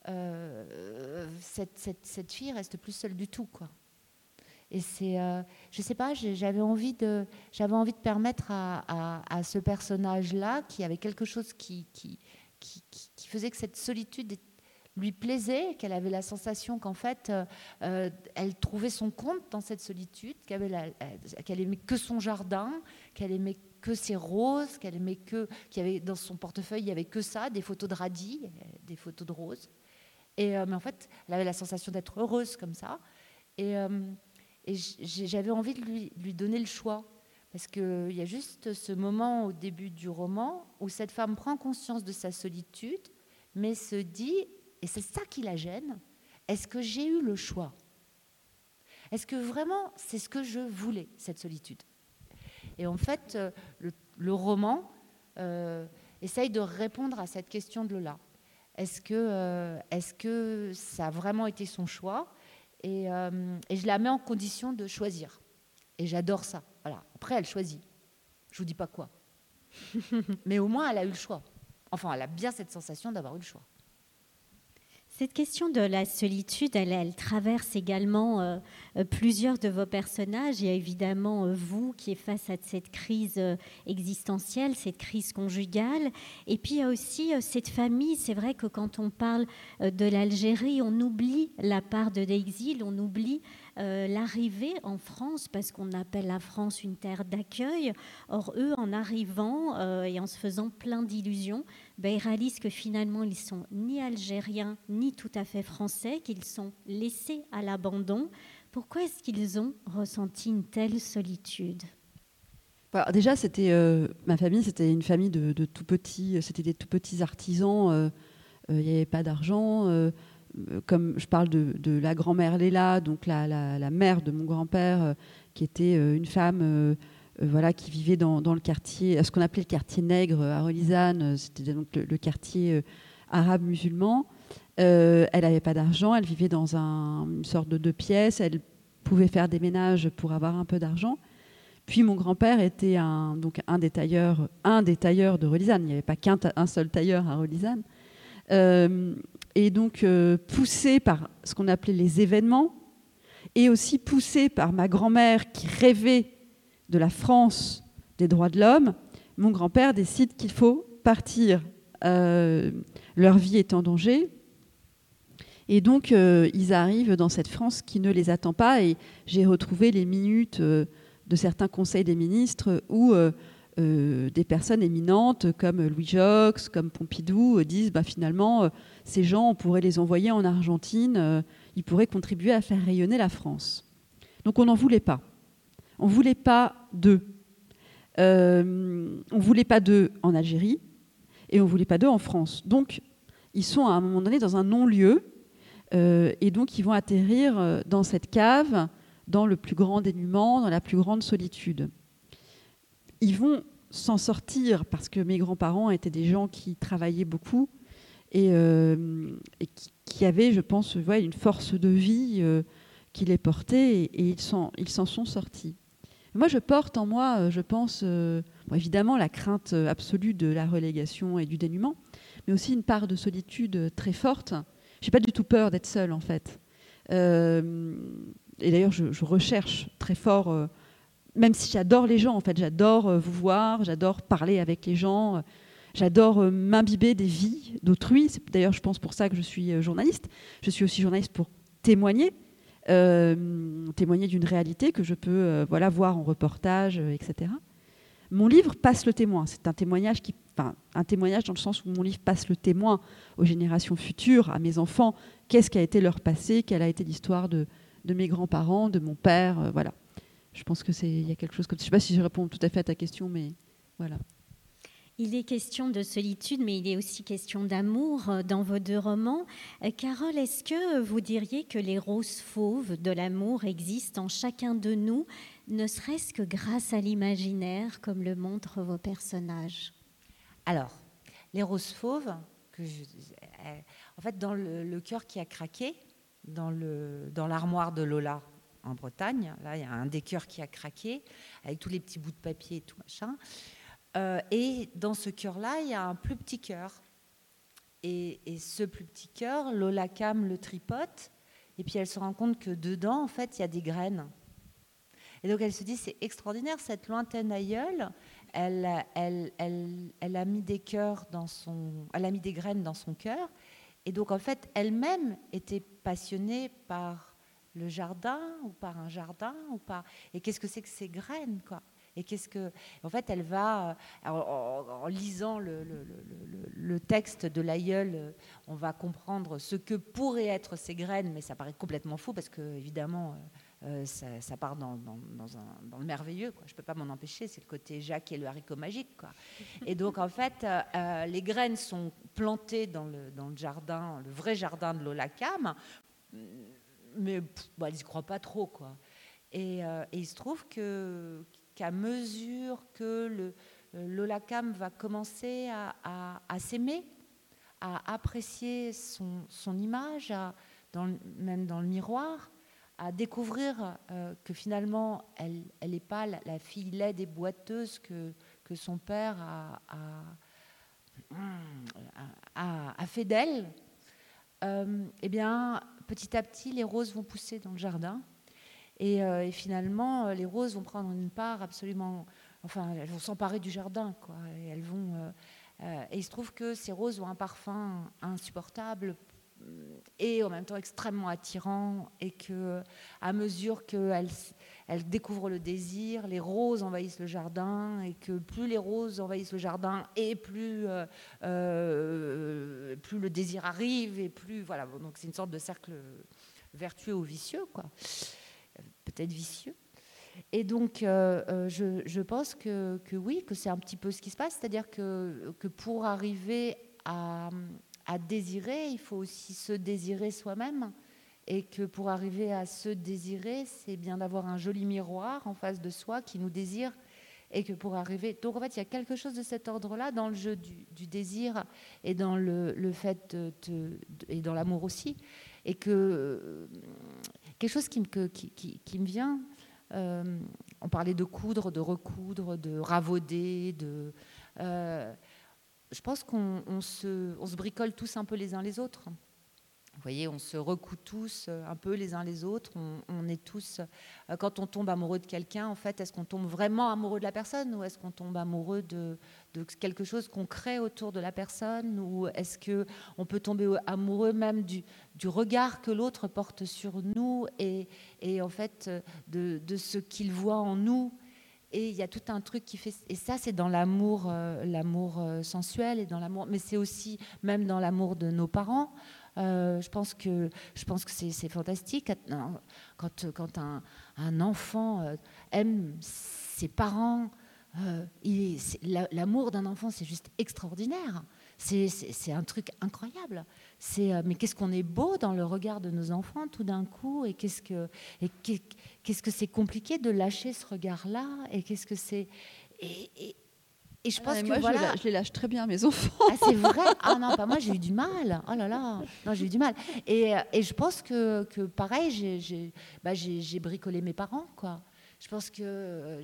cette fille reste plus seule du tout, quoi. Et c'est, je sais pas, j'avais envie de permettre à ce personnage-là, qui avait quelque chose qui faisait que cette solitude lui plaisait, qu'elle avait la sensation qu'en fait, elle trouvait son compte dans cette solitude, qu'elle aimait que son jardin, qu'elle aimait que ses roses, qu'il y avait dans son portefeuille, il y avait que ça, des photos de radis, des photos de roses. Mais en fait, elle avait la sensation d'être heureuse comme ça. Et j'avais envie de lui donner le choix. Parce qu'il y a juste ce moment au début du roman où cette femme prend conscience de sa solitude, mais se dit, et c'est ça qui la gêne, est-ce que j'ai eu le choix ? Est-ce que vraiment c'est ce que je voulais, cette solitude ? Et en fait, le roman essaye de répondre à cette question de Lola. Est-ce que ça a vraiment été son choix ? Et je la mets en condition de choisir. Et j'adore ça. Voilà. Après, elle choisit. Je ne vous dis pas quoi. Mais au moins, elle a eu le choix. Enfin, elle a bien cette sensation d'avoir eu le choix. Cette question de la solitude, elle traverse également plusieurs de vos personnages. Il y a évidemment vous qui êtes face à cette crise existentielle, cette crise conjugale. Et puis il y a aussi cette famille. C'est vrai que quand on parle de l'Algérie, on oublie la part de l'exil, on oublie l'arrivée en France, parce qu'on appelle la France une terre d'accueil. Or, eux, en arrivant et en se faisant plein d'illusions, ils réalisent que finalement, ils ne sont ni algériens, ni tout à fait français, qu'ils sont laissés à l'abandon. Pourquoi est-ce qu'ils ont ressenti une telle solitude ? Alors déjà, ma famille, c'était une famille de tout petits, c'était des tout petits artisans. Il n'y avait pas d'argent. Comme je parle de la grand-mère Léla, donc la mère de mon grand-père, qui était une femme qui vivait dans le quartier, ce qu'on appelait le quartier nègre à Relisane, c'était donc le quartier arabe musulman. Elle n'avait pas d'argent, elle vivait dans une sorte de 2 pièces, elle pouvait faire des ménages pour avoir un peu d'argent. Puis mon grand-père était un des tailleurs de Relisane. Il n'y avait pas qu'un seul tailleur à Relisane. Et donc poussé par ce qu'on appelait les événements, et aussi poussé par ma grand-mère qui rêvait de la France des droits de l'homme, mon grand-père décide qu'il faut partir. Leur vie est en danger. Et donc, ils arrivent dans cette France qui ne les attend pas. Et j'ai retrouvé les minutes de certains conseils des ministres où des personnes éminentes comme Louis Jox, comme Pompidou disent finalement, ces gens, on pourrait les envoyer en Argentine, ils pourraient contribuer à faire rayonner la France. Donc on n'en voulait pas. On ne voulait pas d'eux. On ne voulait pas d'eux en Algérie et on ne voulait pas d'eux en France. Donc ils sont à un moment donné dans un non-lieu et donc ils vont atterrir dans cette cave, dans le plus grand dénuement, dans la plus grande solitude. Ils vont s'en sortir parce que mes grands-parents étaient des gens qui travaillaient beaucoup et qui avaient, je pense, une force de vie qui les portait et ils s'en sont sortis. Moi, je porte en moi, je pense, évidemment, la crainte absolue de la relégation et du dénuement, mais aussi une part de solitude très forte. Je n'ai pas du tout peur d'être seule, en fait. Et d'ailleurs, je recherche très fort, même si j'adore les gens, en fait, j'adore vous voir, j'adore parler avec les gens, j'adore m'imbiber des vies d'autrui. C'est d'ailleurs, je pense, pour ça que je suis journaliste. Je suis aussi journaliste pour témoigner. Témoigner d'une réalité que je peux voir en reportage, etc. Mon livre passe le témoin. C'est un témoignage dans le sens où mon livre passe le témoin aux générations futures, à mes enfants. Qu'est-ce qui a été leur passé ? Quelle a été l'histoire de mes grands-parents, de mon père ? Voilà. Je pense qu'il y a quelque chose comme ça. Je ne sais pas si je réponds tout à fait à ta question, mais voilà. Il est question de solitude, mais il est aussi question d'amour dans vos 2 romans. Carole, est-ce que vous diriez que les roses fauves de l'amour existent en chacun de nous, ne serait-ce que grâce à l'imaginaire, comme le montrent vos personnages ? Alors, les roses fauves, en fait, dans le cœur qui a craqué, dans l'armoire de Lola en Bretagne. Là, il y a un des cœurs qui a craqué, avec tous les petits bouts de papier et tout machin. Et dans ce cœur-là, il y a un plus petit cœur. Et ce plus petit cœur, Lola Cam le tripote, et puis elle se rend compte que dedans, en fait, il y a des graines. Et donc elle se dit, c'est extraordinaire, cette lointaine aïeule, elle a mis des cœurs elle a mis des graines dans son cœur. Et donc en fait, elle-même était passionnée par le jardin ou par un jardin et qu'est-ce que c'est que ces graines, quoi. Et en fait, elle va, en lisant le texte de l'aïeul, on va comprendre ce que pourraient être ces graines, mais ça paraît complètement fou parce que évidemment, ça part dans le merveilleux, quoi. Je ne peux pas m'en empêcher, c'est le côté Jacques et le haricot magique, quoi. Et donc en fait, les graines sont plantées dans le jardin, le vrai jardin de Lola Cam, mais elle n'y croit pas trop, quoi. Et il se trouve qu'à mesure que Lola Cam va commencer à s'aimer, à apprécier son image, même dans le miroir, à découvrir que finalement, elle n'est pas la fille laide et boiteuse que son père a fait d'elle, eh bien, petit à petit, les roses vont pousser dans le jardin. Et finalement, les roses vont prendre une part absolument... Enfin, elles vont s'emparer du jardin, quoi. Et elles vont... et il se trouve que ces roses ont un parfum insupportable et en même temps extrêmement attirant, et qu'à mesure qu'elles découvrent le désir, les roses envahissent le jardin, et que plus les roses envahissent le jardin, et plus le désir arrive, et plus... Voilà, donc c'est une sorte de cercle vertueux ou vicieux, quoi. Peut-être vicieux. Et donc, je pense que oui, que c'est un petit peu ce qui se passe, c'est-à-dire que pour arriver à désirer, il faut aussi se désirer soi-même, et que pour arriver à se désirer, c'est bien d'avoir un joli miroir en face de soi qui nous désire, et que pour arriver... Donc en fait, il y a quelque chose de cet ordre-là dans le jeu du désir, et dans le fait et dans l'amour aussi, et que quelque chose qui me vient... on parlait de coudre, de recoudre, de ravauder, je pense qu'on se bricole tous un peu les uns les autres. Vous voyez, on se recoue tous un peu les uns les autres. On est tous... Quand on tombe amoureux de quelqu'un, en fait, est-ce qu'on tombe vraiment amoureux de la personne, ou est-ce qu'on tombe amoureux de quelque chose qu'on crée autour de la personne, ou est-ce qu'on peut tomber amoureux même du regard que l'autre porte sur nous, et en fait, de ce qu'il voit en nous. Et il y a tout un truc qui fait... Et ça, c'est dans l'amour sensuel, et dans l'amour... Mais c'est aussi même dans l'amour de nos parents. Je pense que c'est fantastique quand un enfant aime ses parents. L'amour d'un enfant, c'est juste extraordinaire. C'est un truc incroyable. Mais qu'est-ce qu'on est beau dans le regard de nos enfants tout d'un coup, et qu'est-ce que c'est compliqué de lâcher ce regard-là, et qu'est-ce que c'est... Et je pense que moi, voilà. je les lâche très bien, mes enfants. Ah, c'est vrai? Ah non, pas moi, j'ai eu du mal. Oh là là, non, j'ai eu du mal. Et je pense que pareil, j'ai bricolé mes parents, quoi. Je pense que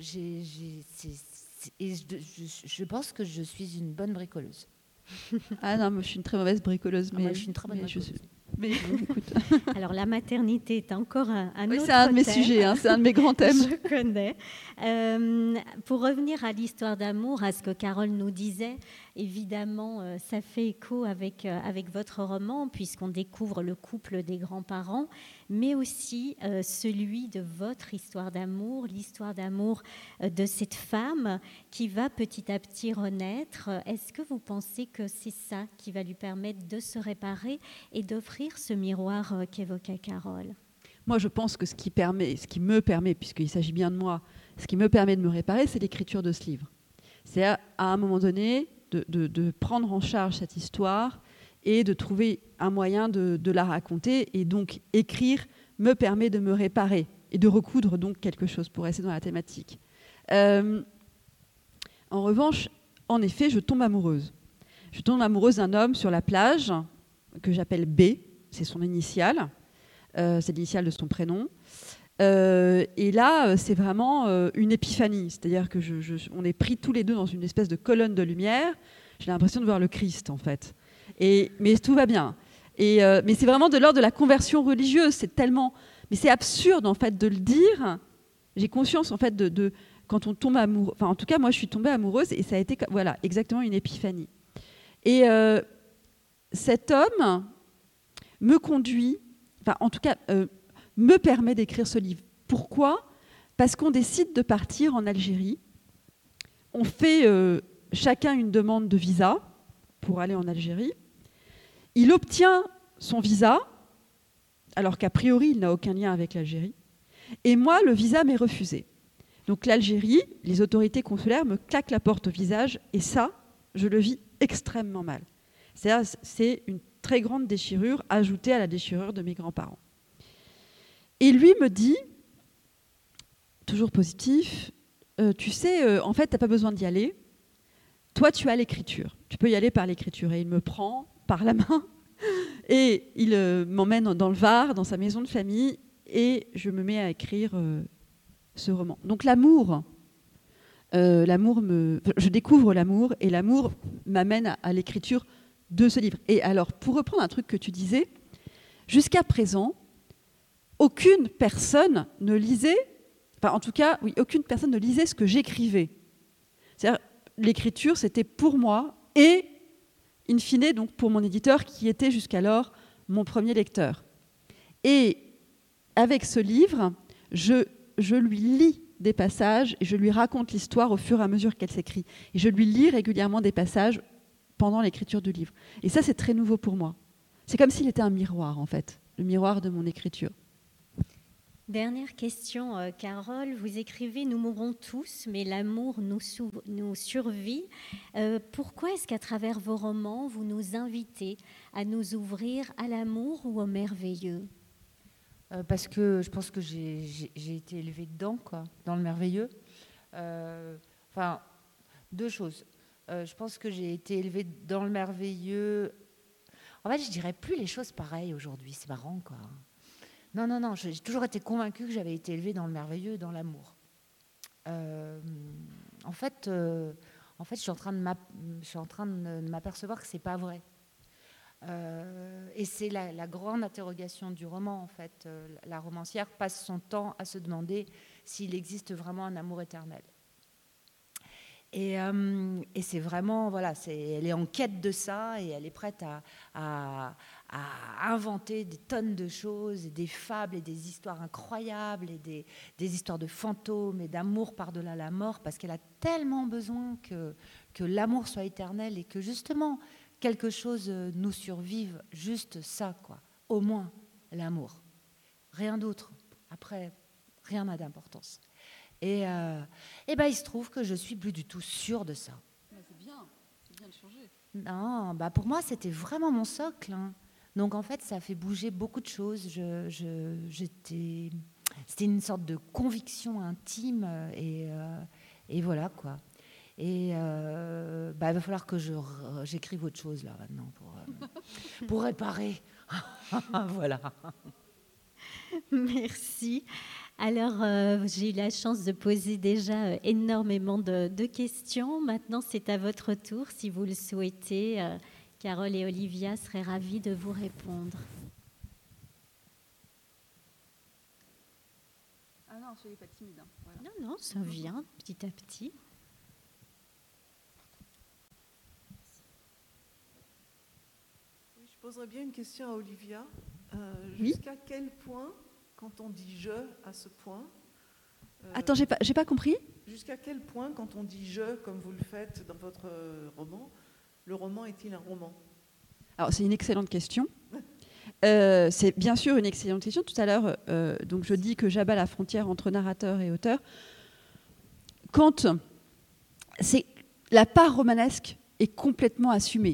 je pense que je suis une bonne bricoleuse. Ah non, moi, je suis une très mauvaise bricoleuse. Mais moi, je suis une très bonne bricoleuse. Mais écoute. Alors la maternité est encore un autre thème. C'est un de mes sujets, c'est un de mes grands thèmes. Je connais. Pour revenir à l'histoire d'amour, à ce que Carole nous disait, évidemment, ça fait écho avec votre roman, puisqu'on découvre le couple des grands-parents, mais aussi celui de votre histoire d'amour, l'histoire d'amour de cette femme qui va petit à petit renaître. Est-ce que vous pensez que c'est ça qui va lui permettre de se réparer et d'offrir ce miroir qu'évoquait Carole? Moi, je pense que ce qui me permet, puisqu'il s'agit bien de moi, ce qui me permet de me réparer, c'est l'écriture de ce livre. C'est à un moment donné de prendre en charge cette histoire et de trouver un moyen de la raconter. Et donc, écrire me permet de me réparer et de recoudre donc quelque chose pour rester dans la thématique. En revanche, en effet, je tombe amoureuse. Je tombe amoureuse d'un homme sur la plage que j'appelle B, c'est son initiale. c'est l'initiale de son prénom. Et là, c'est vraiment une épiphanie. C'est-à-dire que on est pris tous les deux dans une espèce de colonne de lumière. J'ai l'impression de voir le Christ, en fait. Mais tout va bien. Mais c'est vraiment de l'ordre de la conversion religieuse. C'est tellement... Mais c'est absurde, en fait, de le dire. J'ai conscience, en fait, de quand on tombe amoureux... Enfin, en tout cas, moi, je suis tombée amoureuse et ça a été, voilà, exactement une épiphanie. Et cet homme me conduit... Enfin, en tout cas... me permet d'écrire ce livre. Pourquoi ? Parce qu'on décide de partir en Algérie. On fait chacun une demande de visa pour aller en Algérie. Il obtient son visa, alors qu'a priori, il n'a aucun lien avec l'Algérie. Et moi, le visa m'est refusé. Donc l'Algérie, les autorités consulaires me claquent la porte au visage, et ça, je le vis extrêmement mal. C'est une très grande déchirure ajoutée à la déchirure de mes grands-parents. Et lui me dit, toujours positif, tu sais, en fait, tu n'as pas besoin d'y aller. Toi, tu as l'écriture. Tu peux y aller par l'écriture. Et il me prend par la main et il m'emmène dans le Var, dans sa maison de famille, et je me mets à écrire ce roman. Donc l'amour, je découvre l'amour, et l'amour m'amène à l'écriture de ce livre. Et alors, pour reprendre un truc que tu disais, jusqu'à présent, aucune personne ne lisait, enfin en tout cas, oui, aucune personne ne lisait ce que j'écrivais. C'est-à-dire, l'écriture, c'était pour moi et, in fine, donc pour mon éditeur qui était jusqu'alors mon premier lecteur. Et avec ce livre, je lui lis des passages et je lui raconte l'histoire au fur et à mesure qu'elle s'écrit. Et je lui lis régulièrement des passages pendant l'écriture du livre. Et ça, c'est très nouveau pour moi. C'est comme s'il était un miroir, en fait, le miroir de mon écriture. Dernière question, Carole. Vous écrivez « Nous mourrons tous, mais l'amour nous survit ». Pourquoi est-ce qu'à travers vos romans, vous nous invitez à nous ouvrir à l'amour ou au merveilleux ? Parce que je pense que j'ai été élevée dedans, quoi, dans le merveilleux. Enfin, deux choses. Je pense que j'ai été élevée dans le merveilleux. En fait, je dirais plus les choses pareilles aujourd'hui. C'est marrant, quoi. Non, j'ai toujours été convaincue que j'avais été élevée dans le merveilleux, dans l'amour. En fait, je suis en train de m'apercevoir que c'est pas vrai. Et c'est la grande interrogation du roman, en fait. La romancière passe son temps à se demander s'il existe vraiment un amour éternel. Et c'est vraiment, voilà, elle est en quête de ça et elle est prête à inventer des tonnes de choses, et des fables et des histoires incroyables et des histoires de fantômes et d'amour par-delà la mort, parce qu'elle a tellement besoin que l'amour soit éternel et que justement quelque chose nous survive, juste ça, quoi. Au moins l'amour, rien d'autre. Après, rien n'a d'importance. Et il se trouve que je suis plus du tout sûre de ça. Mais c'est bien de changer. Non, pour moi, c'était vraiment mon socle. Hein. Donc, en fait, ça a fait bouger beaucoup de choses. C'était une sorte de conviction intime et voilà, quoi. Et il va falloir que j'écrive autre chose, là, maintenant, pour réparer. Voilà. Merci. Alors, j'ai eu la chance de poser déjà énormément de questions. Maintenant, c'est à votre tour, si vous le souhaitez. Carole et Olivia seraient ravis de vous répondre. Ah non, soyez pas timide. Hein. Voilà. Non, ça vient petit à petit. Oui, je poserais bien une question à Olivia. Oui. Jusqu'à quel point, quand on dit « je » à ce point... Attends, j'ai pas compris. Jusqu'à quel point, quand on dit « je », comme vous le faites dans votre roman, le roman est-il un roman ? Alors, c'est une excellente question. C'est bien sûr une excellente question. Tout à l'heure, donc je dis que j'abats la frontière entre narrateur et auteur. Quand la part romanesque est complètement assumée.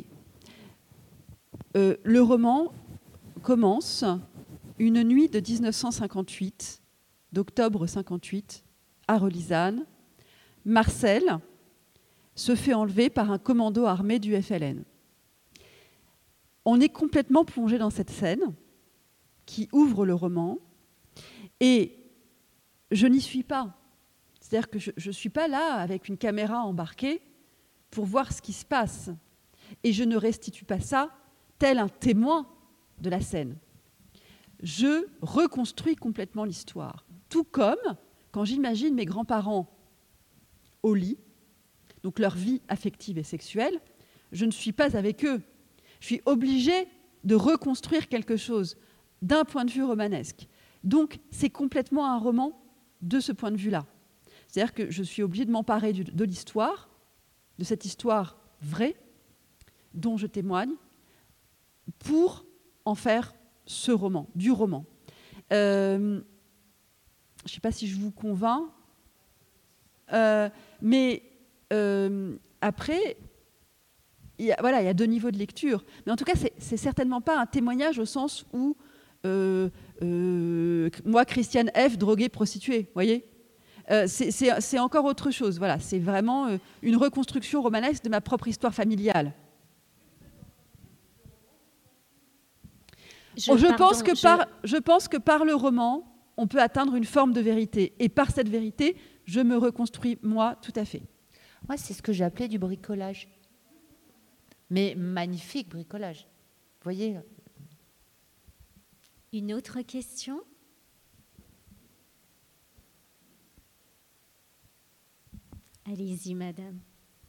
Le roman commence une nuit de 1958, d'octobre 58, à Relisane. Marcel se fait enlever par un commando armé du FLN. On est complètement plongé dans cette scène. qui ouvre le roman, et je n'y suis pas. C'est-à-dire que je ne suis pas là avec une caméra embarquée pour voir ce qui se passe. Et je ne restitue pas ça tel un témoin de la scène. Je reconstruis complètement l'histoire. Tout comme quand j'imagine mes grands-parents au lit, donc leur vie affective et sexuelle, je ne suis pas avec eux. Je suis obligée de reconstruire quelque chose d'un point de vue romanesque. Donc, c'est complètement un roman de ce point de vue-là. C'est-à-dire que je suis obligée de m'emparer de l'histoire, de cette histoire vraie, dont je témoigne, pour en faire ce roman, du roman. Je ne sais pas si je vous convainc, mais après, il y a deux niveaux de lecture. Mais en tout cas, c'est certainement pas un témoignage au sens où moi, Christiane F., droguée, prostituée, vous voyez, c'est encore autre chose. Voilà, c'est vraiment une reconstruction romanesque de ma propre histoire familiale. Je pense que par le roman, on peut atteindre une forme de vérité. Et par cette vérité, je me reconstruis, moi, tout à fait. Moi, c'est ce que j'appelais du bricolage. Mais magnifique bricolage. Vous voyez ? Une autre question ? Allez-y, madame.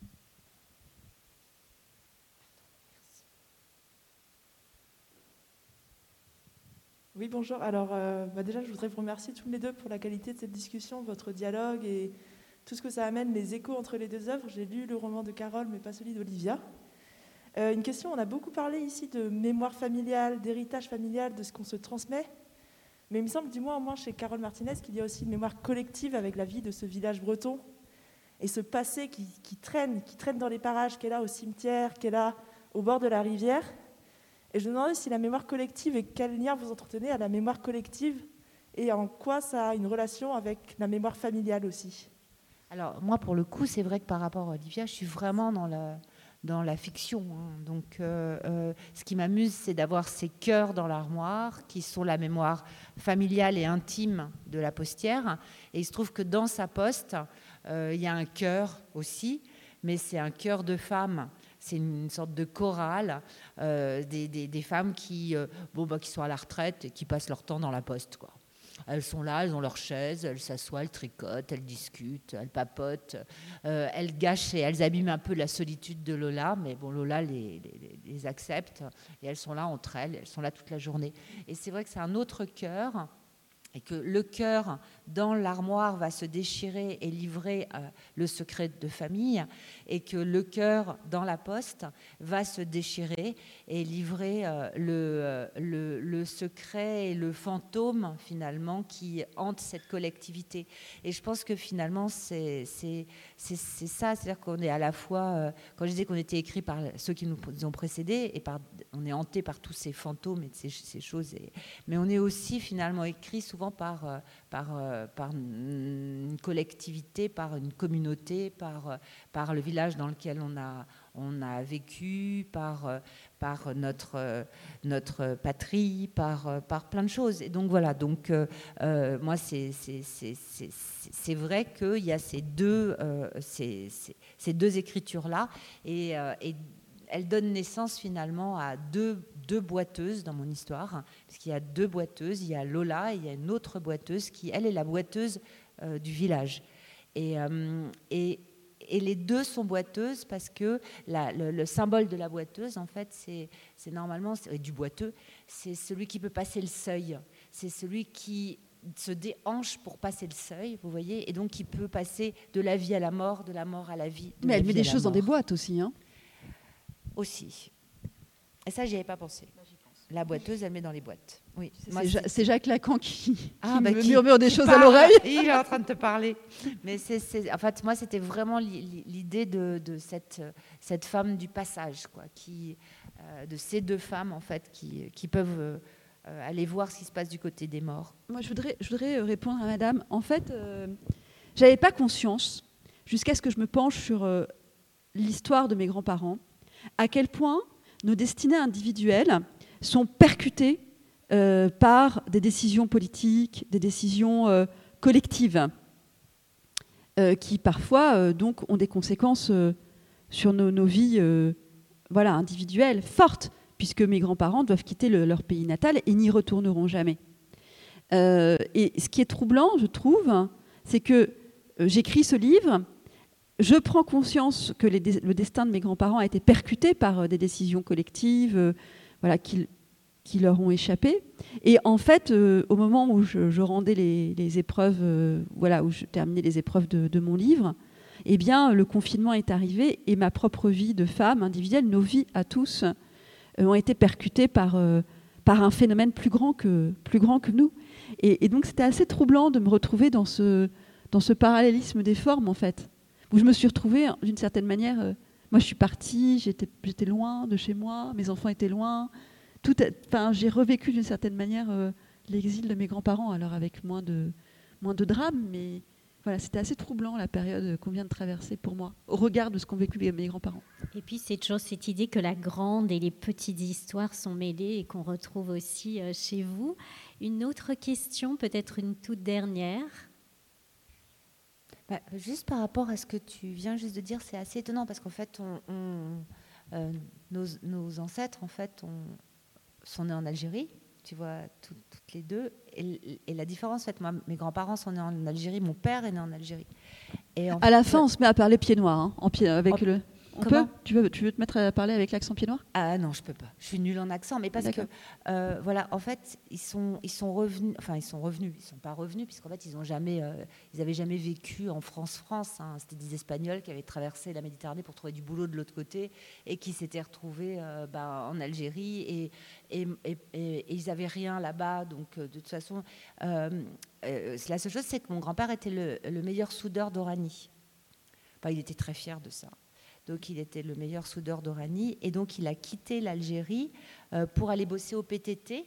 Oui, bonjour. Alors, déjà, je voudrais vous remercier tous les deux pour la qualité de cette discussion, votre dialogue et tout ce que ça amène, les échos entre les deux œuvres. J'ai lu le roman de Carole, mais pas celui d'Olivia. Une question, on a beaucoup parlé ici de mémoire familiale, d'héritage familial, de ce qu'on se transmet. Mais il me semble, du moins, au moins chez Carole Martinez, qu'il y a aussi une mémoire collective avec la vie de ce village breton. Et ce passé qui traîne dans les parages, qui est là au cimetière, qui est là au bord de la rivière. Et je me demandais si la mémoire collective et quel lien vous entretenez à la mémoire collective et en quoi ça a une relation avec la mémoire familiale aussi. Alors, moi, pour le coup, c'est vrai que par rapport à Olivia, je suis vraiment dans la fiction. Hein. Donc, ce qui m'amuse, c'est d'avoir ces cœurs dans l'armoire qui sont la mémoire familiale et intime de la postière. Et il se trouve que dans sa poste, il y a un cœur aussi, mais c'est un cœur de femme. C'est une sorte de chorale des femmes qui sont à la retraite et qui passent leur temps dans la poste, quoi. Elles sont là, elles ont leur chaise, elles s'assoient, elles tricotent, elles discutent, elles papotent, elles gâchent et elles abîment un peu la solitude de Lola, mais bon, Lola les accepte et elles sont là entre elles sont là toute la journée. Et c'est vrai que c'est un autre cœur. Et que le cœur dans l'armoire va se déchirer et livrer le secret de famille, et que le cœur dans la poste va se déchirer et livrer le secret et le fantôme finalement qui hante cette collectivité. Et je pense que finalement c'est ça, c'est-à-dire qu'on est à la fois, quand je disais qu'on était écrit par ceux qui nous ont précédés, et on est hanté par tous ces fantômes et ces choses, mais on est aussi finalement écrit souvent par une collectivité, par une communauté, par le village dans lequel on a vécu, par notre patrie, par plein de choses. Et donc voilà, moi c'est vrai qu'il y a ces deux écritures-là, et elle donne naissance finalement à deux boiteuses dans mon histoire, parce qu'il y a deux boiteuses, il y a Lola et il y a une autre boiteuse qui, elle, est la boiteuse du village. Et les deux sont boiteuses parce que le symbole de la boiteuse, en fait, c'est normalement, du boiteux, c'est celui qui peut passer le seuil, c'est celui qui se déhanche pour passer le seuil, vous voyez, et donc qui peut passer de la vie à la mort, de la mort à la vie. Mais elle met des choses dans des boîtes aussi, hein. Aussi. Et ça, j'y avais pas pensé. La boiteuse, elle met dans les boîtes. Oui. C'est Jacques Lacan qui me qui murmure des choses à l'oreille. Il est en train de te parler. Mais en fait, moi, c'était vraiment l'idée de cette femme du passage, quoi, de ces deux femmes, en fait, qui peuvent aller voir ce qui se passe du côté des morts. Moi, je voudrais répondre à madame. En fait, j'avais pas conscience, jusqu'à ce que je me penche sur l'histoire de mes grands-parents, à quel point nos destinées individuelles sont percutées par des décisions politiques, des décisions collectives, qui parfois donc ont des conséquences sur nos vies individuelles fortes, puisque mes grands-parents doivent quitter leur pays natal et n'y retourneront jamais. Et ce qui est troublant, je trouve, c'est que j'écris ce livre, je prends conscience que le destin de mes grands-parents a été percuté par des décisions collectives qui leur ont échappé. Et en fait, au moment où je rendais les épreuves, où je terminais les épreuves de mon livre, eh bien, le confinement est arrivé et ma propre vie de femme individuelle, nos vies à tous, ont été percutées par un phénomène plus grand que nous. Et donc, c'était assez troublant de me retrouver dans ce parallélisme des formes, en fait, où je me suis retrouvée, d'une certaine manière, moi, je suis partie, j'étais loin de chez moi, mes enfants étaient loin. J'ai revécu d'une certaine manière l'exil de mes grands-parents, alors avec moins de drame, mais voilà, c'était assez troublant la période qu'on vient de traverser pour moi, au regard de ce qu'ont vécu mes grands-parents. Et puis c'est toujours cette idée que la grande et les petites histoires sont mêlées et qu'on retrouve aussi chez vous. Une autre question, peut-être une toute dernière. Juste par rapport à ce que tu viens juste de dire, c'est assez étonnant parce qu'en fait, nos ancêtres en fait sont nés en Algérie, tu vois, toutes les deux. Et la différence, en fait, moi, mes grands-parents sont nés en Algérie, mon père est né en Algérie. Et à la fin, on se met à parler pied noir, Tu veux te mettre à parler avec l'accent pied noir ? Ah non, je peux pas. Je suis nulle en accent, mais parce que en fait, ils sont revenus. Enfin, ils sont revenus. Ils sont pas revenus puisqu'en fait, ils avaient jamais vécu en France. Hein. C'était des Espagnols qui avaient traversé la Méditerranée pour trouver du boulot de l'autre côté et qui s'étaient retrouvés en Algérie et ils avaient rien là-bas. Donc, de toute façon, la seule chose, c'est que mon grand-père était le meilleur soudeur d'Oranie. Enfin, il était très fier de ça. Donc, il était le meilleur soudeur d'Oranie. Et donc, il a quitté l'Algérie pour aller bosser au PTT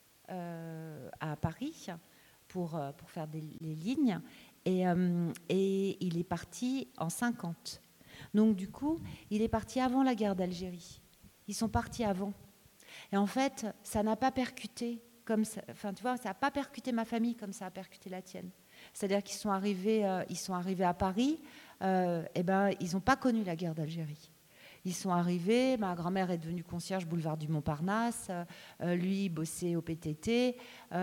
à Paris pour faire les lignes. Et il est parti en 50. Donc, du coup, il est parti avant la guerre d'Algérie. Ils sont partis avant. Et en fait, ça n'a pas percuté comme ça. Enfin, tu vois, ça n'a pas percuté ma famille comme ça a percuté la tienne. C'est-à-dire qu'ils sont arrivés à Paris. Ils n'ont pas connu la guerre d'Algérie. Ils sont arrivés, ma grand-mère est devenue concierge boulevard du Montparnasse, lui il bossait au PTT,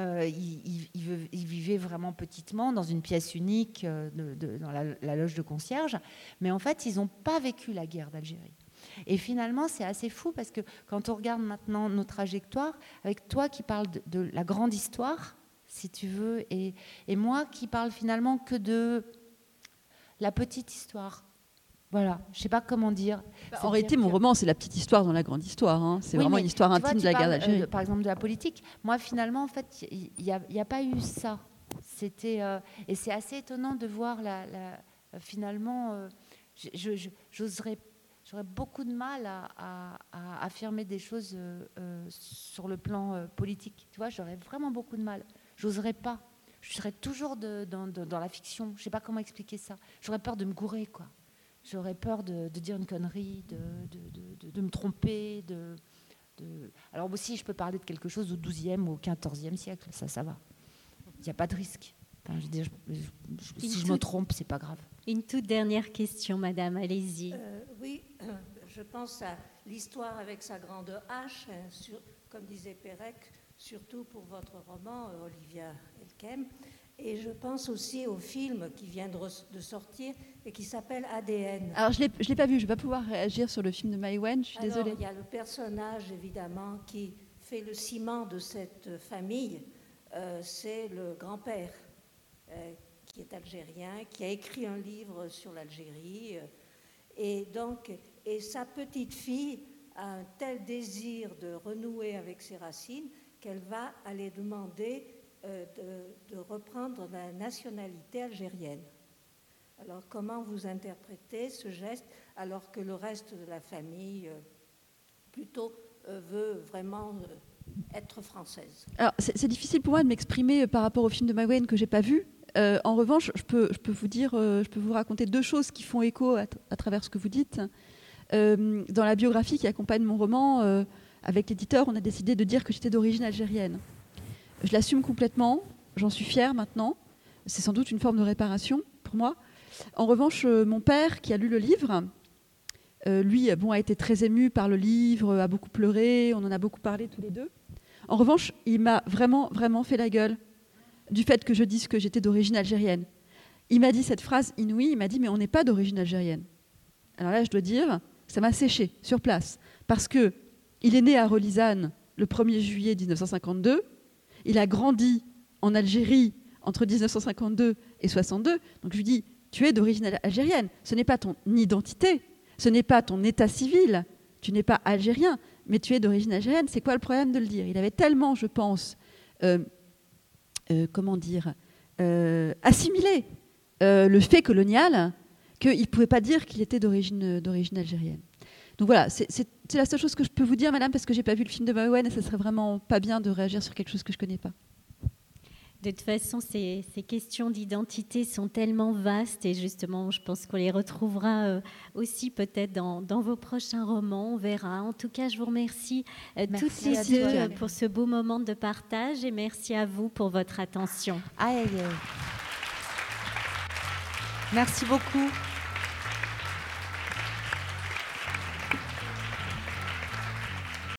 il vivait vraiment petitement dans une pièce unique dans la loge de concierge, mais en fait ils n'ont pas vécu la guerre d'Algérie. Et finalement c'est assez fou parce que quand on regarde maintenant nos trajectoires, avec toi qui parles de la grande histoire, si tu veux, et moi qui parle finalement que de la petite histoire. Voilà, je ne sais pas comment dire. En réalité, mon roman, c'est la petite histoire dans la grande histoire. Hein. C'est vraiment une histoire intime de la guerre d'Algérie. Par exemple, de la politique. Moi, finalement, en fait, il n'y a pas eu ça. Et c'est assez étonnant de voir, finalement, j'aurais beaucoup de mal à affirmer des choses sur le plan politique. Tu vois, j'aurais vraiment beaucoup de mal. J'oserais pas. Je serais toujours dans la fiction. Je ne sais pas comment expliquer ça. J'aurais peur de me gourer, quoi. J'aurais peur de dire une connerie, de me tromper. Alors aussi, je peux parler de quelque chose au XIIe ou au XIVe siècle. Ça va. Il n'y a pas de risque. Enfin, je veux dire, si je me trompe, c'est pas grave. Une toute dernière question, madame. Allez-y. Oui, je pense à l'histoire avec sa grande H, comme disait Pérec, surtout pour votre roman, Olivia Elkem. Et je pense aussi au film qui vient de sortir et qui s'appelle ADN. Alors, je l'ai pas vu, je ne vais pas pouvoir réagir sur le film de Maïwenn, je suis désolée. Il y a le personnage, évidemment, qui fait le ciment de cette famille. C'est le grand-père, qui est algérien, qui a écrit un livre sur l'Algérie. Et sa petite-fille a un tel désir de renouer avec ses racines qu'elle va aller demander de reprendre la nationalité algérienne. Alors, comment vous interprétez ce geste alors que le reste de la famille plutôt veut vraiment être française? Alors, c'est difficile pour moi de m'exprimer par rapport au film de Maïwenn que je n'ai pas vu. En revanche, je peux vous raconter deux choses qui font écho à travers ce que vous dites. Dans la biographie qui accompagne mon roman, avec l'éditeur, on a décidé de dire que j'étais d'origine algérienne. Je l'assume complètement, j'en suis fière maintenant. C'est sans doute une forme de réparation pour moi. En revanche, mon père, qui a lu le livre, lui, a été très ému par le livre, a beaucoup pleuré, on en a beaucoup parlé tous les deux. En revanche, il m'a vraiment, vraiment fait la gueule du fait que je dise que j'étais d'origine algérienne. Il m'a dit cette phrase inouïe, il m'a dit « mais on n'est pas d'origine algérienne ». Alors là, je dois dire, ça m'a séché sur place, parce qu'il est né à Relizane le 1er juillet 1952, il a grandi en Algérie entre 1952 et 62, donc je lui dis « tu es d'origine algérienne, ce n'est pas ton identité, ce n'est pas ton état civil, tu n'es pas algérien, mais tu es d'origine algérienne, c'est quoi le problème de le dire ?» Il avait tellement, je pense, assimilé le fait colonial qu'il ne pouvait pas dire qu'il était d'origine algérienne. Donc voilà, c'est la seule chose que je peux vous dire, madame, parce que je n'ai pas vu le film de Maïwenn et ça serait vraiment pas bien de réagir sur quelque chose que je ne connais pas. De toute façon, ces questions d'identité sont tellement vastes et justement, je pense qu'on les retrouvera aussi peut-être dans vos prochains romans, on verra. En tout cas, je vous remercie toutes les deux pour ce beau moment de partage et merci à vous pour votre attention. Aïe, aïe, aïe. Merci beaucoup.